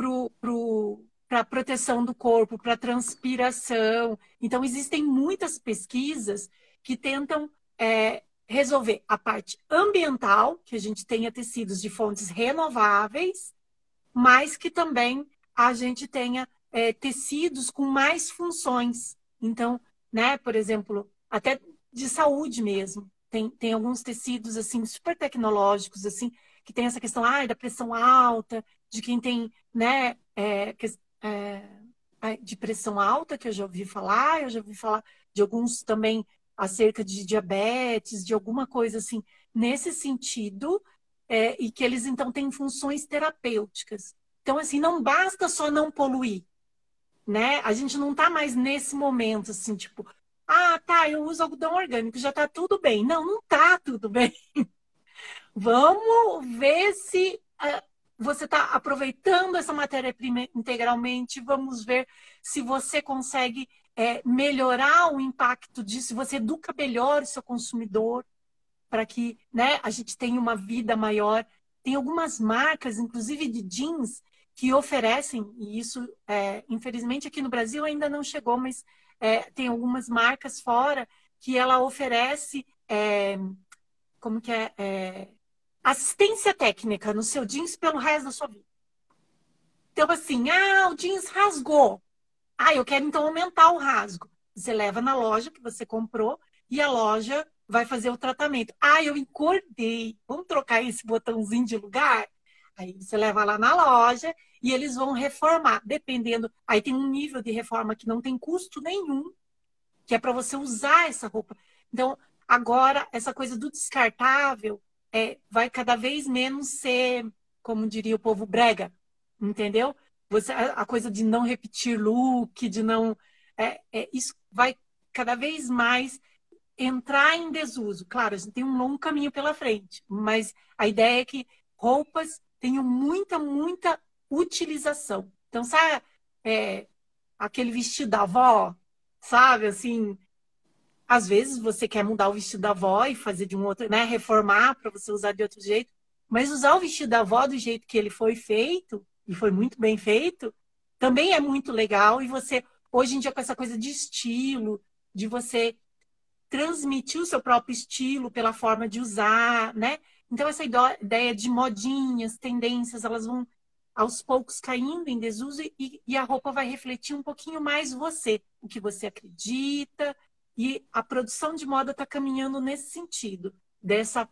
para a proteção do corpo, para a transpiração. Então, existem muitas pesquisas que tentam resolver a parte ambiental, que a gente tenha tecidos de fontes renováveis, mas que também a gente tenha tecidos com mais funções. Então, né, por exemplo, até de saúde mesmo. Tem alguns tecidos assim super tecnológicos assim que tem essa questão da pressão alta, de quem tem, né, de pressão alta, que eu já ouvi falar de alguns também acerca de diabetes, de alguma coisa assim nesse sentido, e que eles então têm funções terapêuticas. Então, assim, não basta só não poluir, né? A gente não está mais nesse momento, assim, tipo, tá, eu uso algodão orgânico, já está tudo bem. Não, não está tudo bem. Vamos ver se você está aproveitando essa matéria-prima integralmente. Vamos ver se você consegue melhorar o impacto disso, se você educa melhor o seu consumidor para que, né, a gente tenha uma vida maior. Tem algumas marcas, inclusive de jeans, que oferecem, e isso, infelizmente, aqui no Brasil ainda não chegou, mas tem algumas marcas fora que ela oferece, como que assistência técnica no seu jeans pelo resto da sua vida. Então, assim, o jeans rasgou. Eu quero então aumentar o rasgo. Você leva na loja que você comprou e a loja vai fazer o tratamento. Eu engordei. Vamos trocar esse botãozinho de lugar? Aí você leva lá na loja e eles vão reformar, dependendo. Aí tem um nível de reforma que não tem custo nenhum, que é para você usar essa roupa. Então, agora, essa coisa do descartável vai cada vez menos ser, como diria o povo, brega, entendeu? A coisa de não repetir look, de não. Isso vai cada vez mais entrar em desuso. Claro, a gente tem um longo caminho pela frente, mas a ideia é que roupas tenham muita, muita utilização. Então, sabe, aquele vestido da avó, sabe, assim, às vezes você quer mudar o vestido da avó e fazer de um outro, né, reformar para você usar de outro jeito, mas usar o vestido da avó do jeito que ele foi feito, e foi muito bem feito, também é muito legal. E você, hoje em dia, com essa coisa de estilo, de você transmitir o seu próprio estilo pela forma de usar, né? Então, essa ideia de modinhas, tendências, elas vão aos poucos caindo em desuso e a roupa vai refletir um pouquinho mais você, o que você acredita, e a produção de moda está caminhando nesse sentido, dessa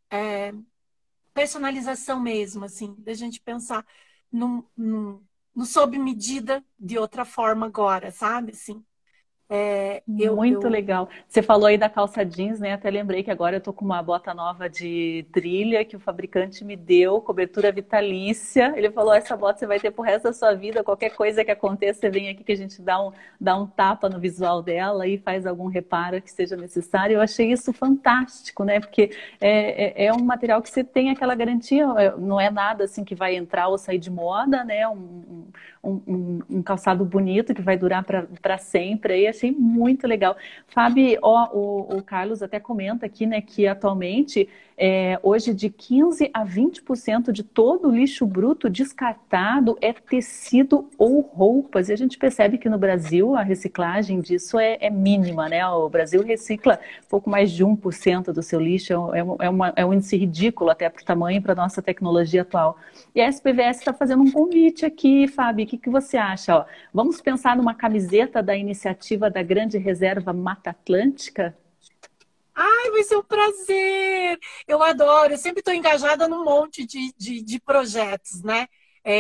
personalização mesmo, assim, da gente pensar no sob medida de outra forma agora, sabe? Assim, Muito legal. Você falou aí da calça jeans, né? Até lembrei que agora eu tô com uma bota nova de trilha que o fabricante me deu, cobertura vitalícia. Ele falou: essa bota você vai ter pro resto da sua vida. Qualquer coisa que aconteça, você vem aqui que a gente dá um tapa no visual dela e faz algum reparo que seja necessário. Eu achei isso fantástico, né? Porque é um material que você tem aquela garantia, não é nada assim que vai entrar ou sair de moda, né? Um calçado bonito que vai durar para sempre. Aí achei muito legal. Fábio, o Carlos até comenta aqui, né, que atualmente, hoje de 15 a 20% de todo o lixo bruto descartado é tecido ou roupas. E a gente percebe que no Brasil a reciclagem disso é mínima, né? O Brasil recicla pouco mais de 1% do seu lixo. É um índice ridículo até para o tamanho e para a nossa tecnologia atual. E a SPVS está fazendo um convite aqui, Fábio. O que você acha? Ó, vamos pensar numa camiseta da iniciativa da Grande Reserva Mata Atlântica? Ai, vai ser um prazer! Eu adoro, eu sempre estou engajada num monte de projetos, né?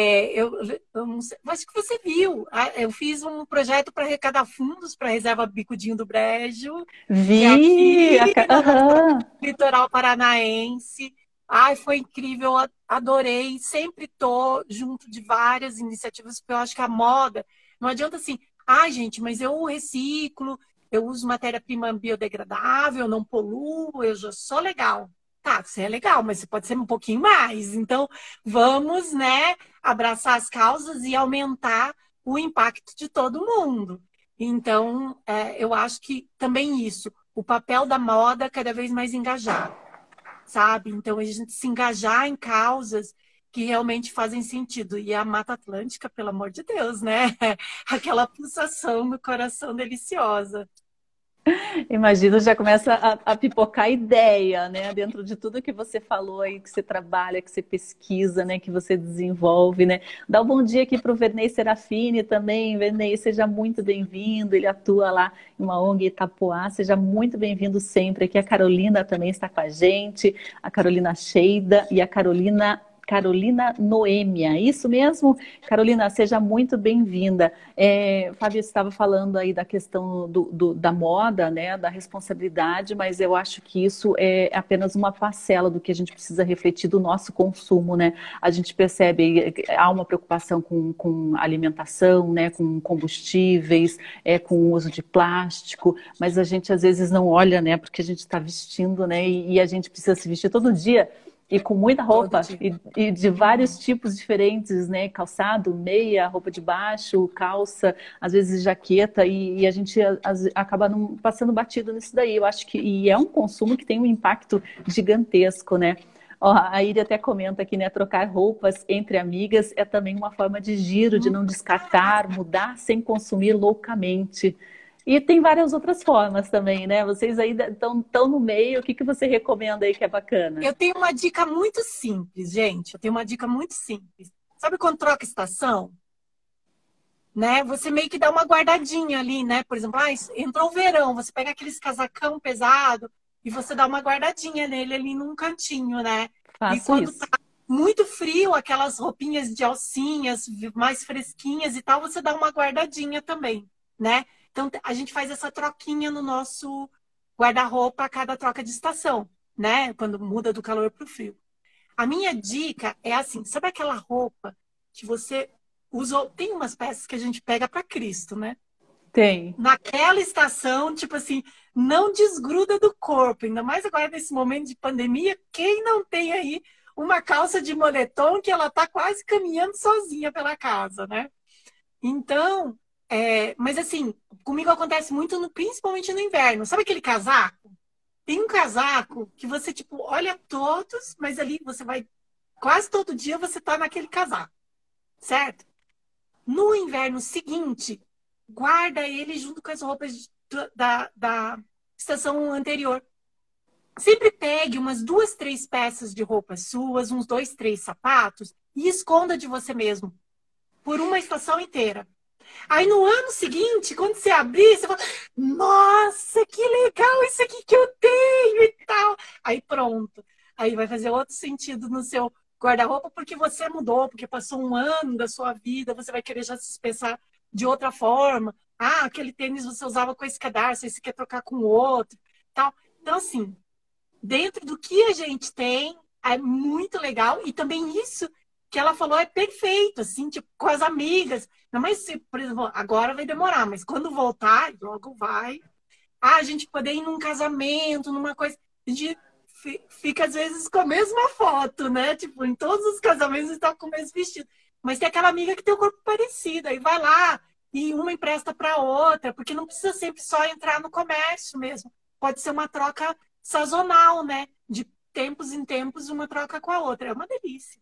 Eu não sei, acho que você viu. Eu fiz um projeto para arrecadar fundos para a Reserva Bicudinho do Brejo, que é Vi! aqui Aham. no litoral paranaense. Ai, foi incrível, adorei. Sempre estou junto de várias iniciativas, porque eu acho que a moda não adianta assim, ai, gente, mas eu reciclo, eu uso matéria-prima biodegradável, eu não poluo, eu já sou legal. Tá, você é legal, mas você pode ser um pouquinho mais. Então, vamos, né, abraçar as causas e aumentar o impacto de todo mundo. Então, eu acho que também isso, o papel da moda cada vez mais engajado, sabe? Então, a gente se engajar em causas que realmente fazem sentido. E a Mata Atlântica, pelo amor de Deus, né? Aquela pulsação no coração deliciosa. Imagino, já começa a pipocar ideia, né? Dentro de tudo que você falou aí, que você trabalha, que você pesquisa, né? Que você desenvolve, né? Dá um bom dia aqui para o Vernei Serafini também. Vernei, seja muito bem-vindo. Ele atua lá em uma ONG Itapoá. Seja muito bem-vindo sempre. Aqui a Carolina também está com a gente. A Carolina Sheida e a Carolina Noêmia, isso mesmo? Carolina, seja muito bem-vinda. Fábio estava falando aí da questão da moda, né, da responsabilidade, mas eu acho que isso é apenas uma parcela do que a gente precisa refletir do nosso consumo, né? A gente percebe que há uma preocupação com alimentação, né, com combustíveis, com o uso de plástico, mas a gente às vezes não olha, né, porque a gente está vestindo, né, e a gente precisa se vestir todo dia. E com muita roupa, e de vários tipos diferentes, né? Calçado, meia, roupa de baixo, calça, às vezes jaqueta, e a gente acaba não passando batido nisso daí. Eu acho que e é um consumo que tem um impacto gigantesco, né? Ó, a Iri até comenta aqui, né? Trocar roupas entre amigas é também uma forma de giro, de não descartar, mudar sem consumir loucamente. E tem várias outras formas também, né? Vocês aí estão no meio, o que você recomenda aí que é bacana? Eu tenho uma dica muito simples, gente. Eu tenho uma dica muito simples. Sabe quando troca estação? Né? Você meio que dá uma guardadinha ali, né? Por exemplo, entrou o verão, você pega aqueles casacão pesado e você dá uma guardadinha nele ali num cantinho, né? E Faço quando tá isso. muito frio, aquelas roupinhas de alcinhas mais fresquinhas e tal, você dá uma guardadinha também, né? Então, a gente faz essa troquinha no nosso guarda-roupa a cada troca de estação, né? Quando muda do calor para o frio. A minha dica é assim, sabe aquela roupa que você usou? Tem umas peças que a gente pega para Cristo, né? Tem. Naquela estação, tipo assim, não desgruda do corpo. Ainda mais agora nesse momento de pandemia, quem não tem aí uma calça de moletom que ela tá quase caminhando sozinha pela casa, né? Então, mas assim, comigo acontece muito, principalmente no inverno. Sabe aquele casaco? Tem um casaco que você, tipo, olha todos, mas ali você vai, quase todo dia você tá naquele casaco, certo? No inverno seguinte, guarda ele junto com as roupas da estação anterior. Sempre pegue umas 2, 3 peças de roupas suas, uns 2, 3 sapatos e esconda de você mesmo por uma estação inteira. Aí no ano seguinte, quando você abrir, você fala, nossa, que legal isso aqui que eu tenho e tal. Aí pronto. Aí vai fazer outro sentido no seu guarda-roupa porque você mudou, porque passou um ano da sua vida, você vai querer já se expressar de outra forma. Ah, aquele tênis você usava com esse cadarço, aí você quer trocar com outro, tal. Então, assim, dentro do que a gente tem, é muito legal. E também isso que ela falou é perfeito, assim, tipo, com as amigas. Não, mas, se, por exemplo, agora vai demorar, mas quando voltar, logo vai. Ah, a gente poder ir num casamento, numa coisa. A gente fica, às vezes, com a mesma foto, né? Tipo, em todos os casamentos está com o mesmo vestido. Mas tem aquela amiga que tem o corpo parecido, aí vai lá e uma empresta para outra, porque não precisa sempre só entrar no comércio mesmo. Pode ser uma troca sazonal, né? De tempos em tempos, uma troca com a outra. É uma delícia.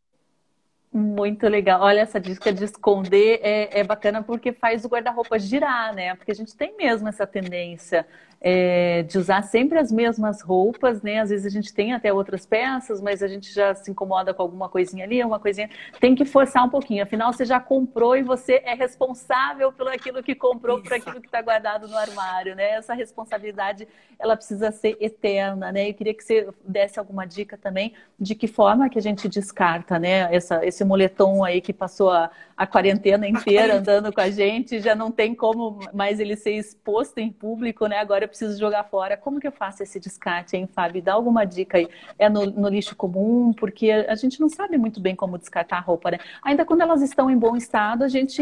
Muito legal. Olha, essa dica de esconder é bacana porque faz o guarda-roupa girar, né? Porque a gente tem mesmo essa tendência de usar sempre as mesmas roupas, né? Às vezes a gente tem até outras peças, mas a gente já se incomoda com alguma coisinha ali, uma coisinha. Tem que forçar um pouquinho. Afinal, você já comprou e você é responsável pelo aquilo que comprou, por Isso. aquilo que está guardado no armário, né? Essa responsabilidade, ela precisa ser eterna, né? Eu queria que você desse alguma dica também de que forma que a gente descarta, né? Esse moletom aí que passou a quarentena inteira andando com a gente, já não tem como mais ele ser exposto em público, né? Agora eu preciso jogar fora. Como que eu faço esse descarte, hein, Fábio? Dá alguma dica aí. É no lixo comum? Porque a gente não sabe muito bem como descartar a roupa, né? Ainda quando elas estão em bom estado, a gente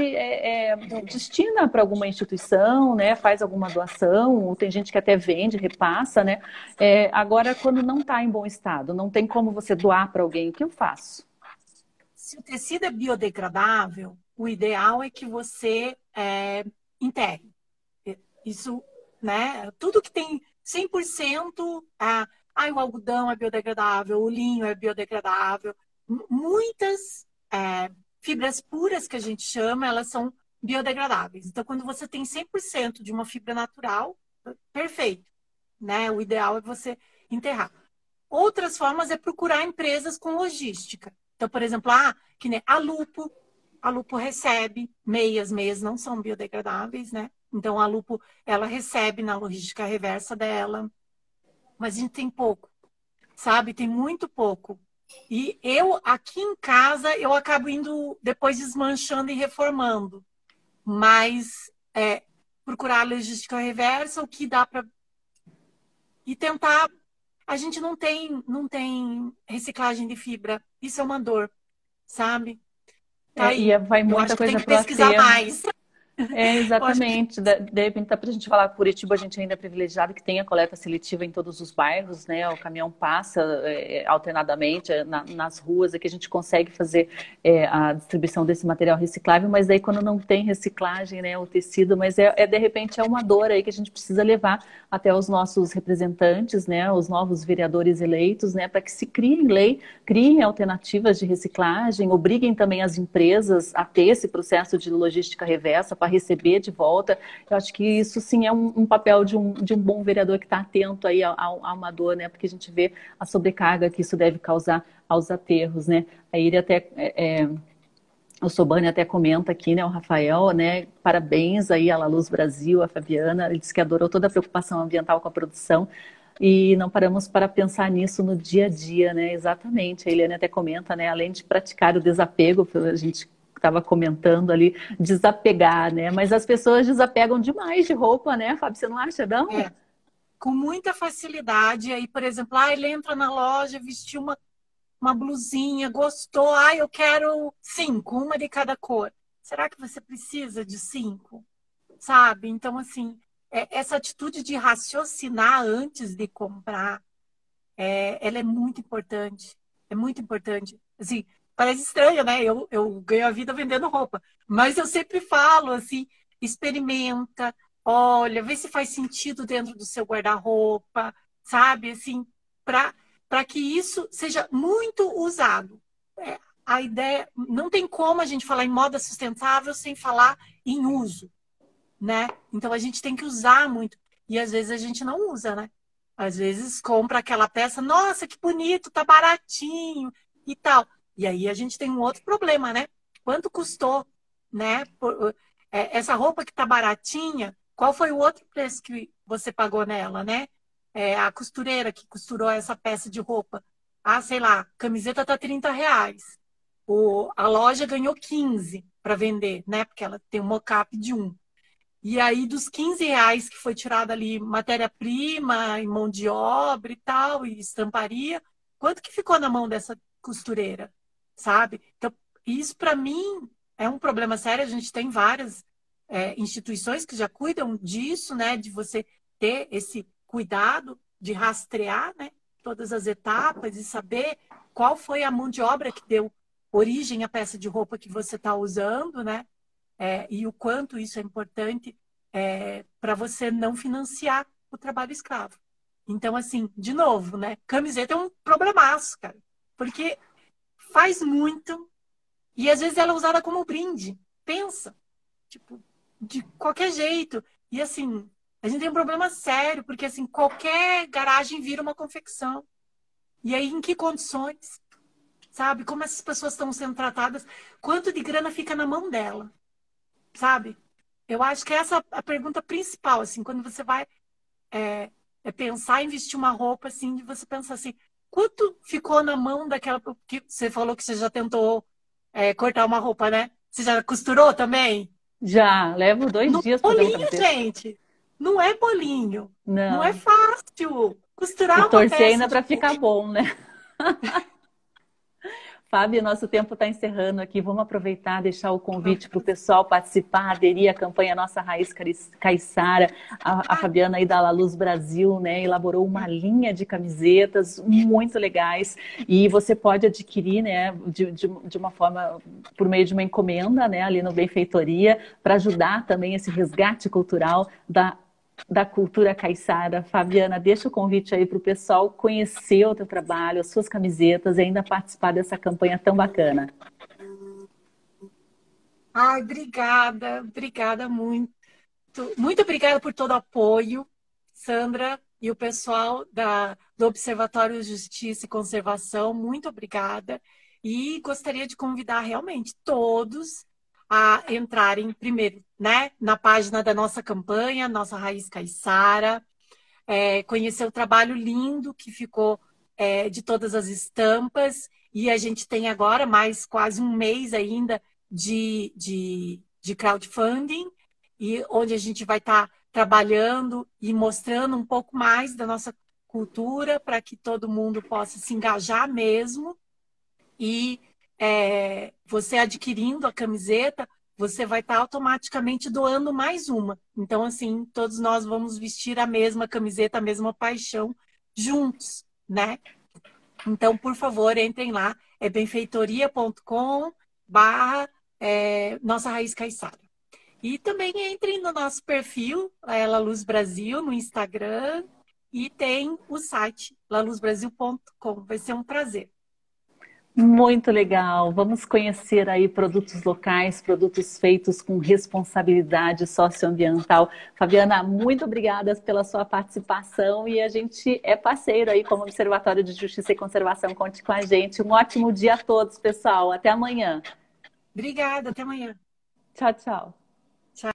destina para alguma instituição, né? Faz alguma doação, ou tem gente que até vende, repassa, né? Agora, quando não está em bom estado, não tem como você doar para alguém, o que eu faço? Se o tecido é biodegradável, o ideal é que você enterre. Isso, né? Tudo que tem 100%, o algodão é biodegradável, o linho é biodegradável. Muitas fibras puras, que a gente chama, elas são biodegradáveis. Então, quando você tem 100% de uma fibra natural, perfeito, né? O ideal é você enterrar. Outras formas é procurar empresas com logística. Então, por exemplo, que nem a Lupo recebe meias não são biodegradáveis, né? Então, a Lupo, ela recebe na logística reversa dela, mas a gente tem pouco, sabe? Tem muito pouco. E eu, aqui em casa, eu acabo indo depois desmanchando e reformando. Mas procurar a logística reversa, o que dá para... E tentar... A gente não tem reciclagem de fibra. Isso é uma dor, sabe? Tá aí. Vai Eu muita acho que tem coisa que para o pesquisar aterro. mais. Eu acho que Exatamente. De repente, dá para a gente falar, Curitiba, a gente ainda é privilegiado que tem a coleta seletiva em todos os bairros, né? O caminhão passa alternadamente nas ruas, que a gente consegue fazer a distribuição desse material reciclável, mas daí quando não tem reciclagem, né, o tecido, mas de repente é uma dor aí que a gente precisa levar até os nossos representantes, né, os novos vereadores eleitos, né, para que se criem lei, criem alternativas de reciclagem, obriguem também as empresas a ter esse processo de logística reversa para receber de volta. Eu acho que isso sim é um papel de um bom vereador que está atento aí a uma dor, né? Porque a gente vê a sobrecarga que isso deve causar aos aterros, né? Aí ele até o Sobani até comenta aqui, né, o Rafael, né, parabéns aí à La Luz Brasil, a Fabiana, ele disse que adorou toda a preocupação ambiental com a produção. e não paramos para pensar nisso no dia a dia, né? Exatamente. A Eliane até comenta, né? Além de praticar o desapego, a gente estava comentando ali, desapegar, né? Mas as pessoas desapegam demais de roupa, né, Fábio? Você não acha, não? É, com muita facilidade. Aí, por exemplo, ele entra na loja, vestiu uma blusinha, gostou, eu quero 5, uma de cada cor. Será que você precisa de 5? Sabe? Então, assim, essa atitude de raciocinar antes de comprar, ela é muito importante. É muito importante. Assim, parece estranho, né? Eu ganho a vida vendendo roupa. Mas eu sempre falo, assim, experimenta, olha, vê se faz sentido dentro do seu guarda-roupa, sabe? Assim, para que isso seja muito usado. A ideia, não tem como a gente falar em moda sustentável sem falar em uso, né? Então a gente tem que usar muito. E às vezes a gente não usa, né? Às vezes compra aquela peça, nossa, que bonito, tá baratinho e tal. E aí a gente tem um outro problema, né? Quanto custou, né? Essa roupa que tá baratinha, qual foi o outro preço que você pagou nela, né? A costureira que costurou essa peça de roupa. Sei lá, a camiseta tá R$ 30. A loja ganhou 15 para vender, né? Porque ela tem um mockup de 1. E aí, dos R$ 15 que foi tirado ali, matéria-prima, e mão de obra e tal, e estamparia, quanto que ficou na mão dessa costureira, sabe? Então, isso para mim é um problema sério. A gente tem várias instituições que já cuidam disso, né? De você ter esse cuidado de rastrear, né? Todas as etapas e saber qual foi a mão de obra que deu origem à peça de roupa que você está usando, né? E o quanto isso é importante para você não financiar o trabalho escravo. Então, assim, de novo, né? Camiseta é um problemaço, cara. Porque faz muito e às vezes ela é usada como brinde. Pensa. Tipo, de qualquer jeito. E assim, a gente tem um problema sério, porque assim, qualquer garagem vira uma confecção. E aí, em que condições? Sabe? Como essas pessoas estão sendo tratadas? Quanto de grana fica na mão dela? Sabe? Eu acho que essa é a pergunta principal, assim, quando você vai pensar em vestir uma roupa, assim, de você pensar assim, quanto ficou na mão daquela... que você falou que você já tentou cortar uma roupa, né? Você já costurou também? Já, levo 2 dias para fazer uma Bolinho, camiseta. gente! Não é bolinho. Não é Não. fácil. E Costurar uma torcer peça ainda de para ficar roupa. bom, né? Fábio, nosso tempo está encerrando aqui. Vamos aproveitar, deixar o convite para o pessoal participar, aderir à campanha Nossa Raiz Caiçara. A Fabiana aí da La Luz Brasil, né, elaborou uma linha de camisetas muito legais e você pode adquirir, né, de uma forma, por meio de uma encomenda, né, ali no Benfeitoria, para ajudar também esse resgate cultural da cultura caiçara. Fabiana, deixa o convite aí para o pessoal conhecer o teu trabalho, as suas camisetas e ainda participar dessa campanha tão bacana. Obrigada, obrigada muito. Muito obrigada por todo o apoio, Sandra, e o pessoal do Observatório Justiça e Conservação. Muito obrigada. E gostaria de convidar realmente todos a entrarem primeiro, né, na página da nossa campanha, Nossa Raiz Caiçara, conhecer o trabalho lindo que ficou de todas as estampas. E a gente tem agora mais quase um mês ainda de crowdfunding, e onde a gente vai estar trabalhando e mostrando um pouco mais da nossa cultura para que todo mundo possa se engajar mesmo. E você adquirindo a camiseta, você vai estar automaticamente doando mais uma. Então, assim, todos nós vamos vestir a mesma camiseta, a mesma paixão juntos, né? Então, por favor, entrem lá. É benfeitoria.com/, Nossa Raiz Caiçara. E também entrem no nosso perfil, La Luz Brasil, no Instagram, e tem o site laluzbrasil.com. Vai ser um prazer. Muito legal. Vamos conhecer aí produtos locais, produtos feitos com responsabilidade socioambiental. Fabiana, muito obrigada pela sua participação e a gente é parceiro aí como Observatório de Justiça e Conservação. Conte com a gente. Um ótimo dia a todos, pessoal. Até amanhã. Obrigada, até amanhã. Tchau, tchau.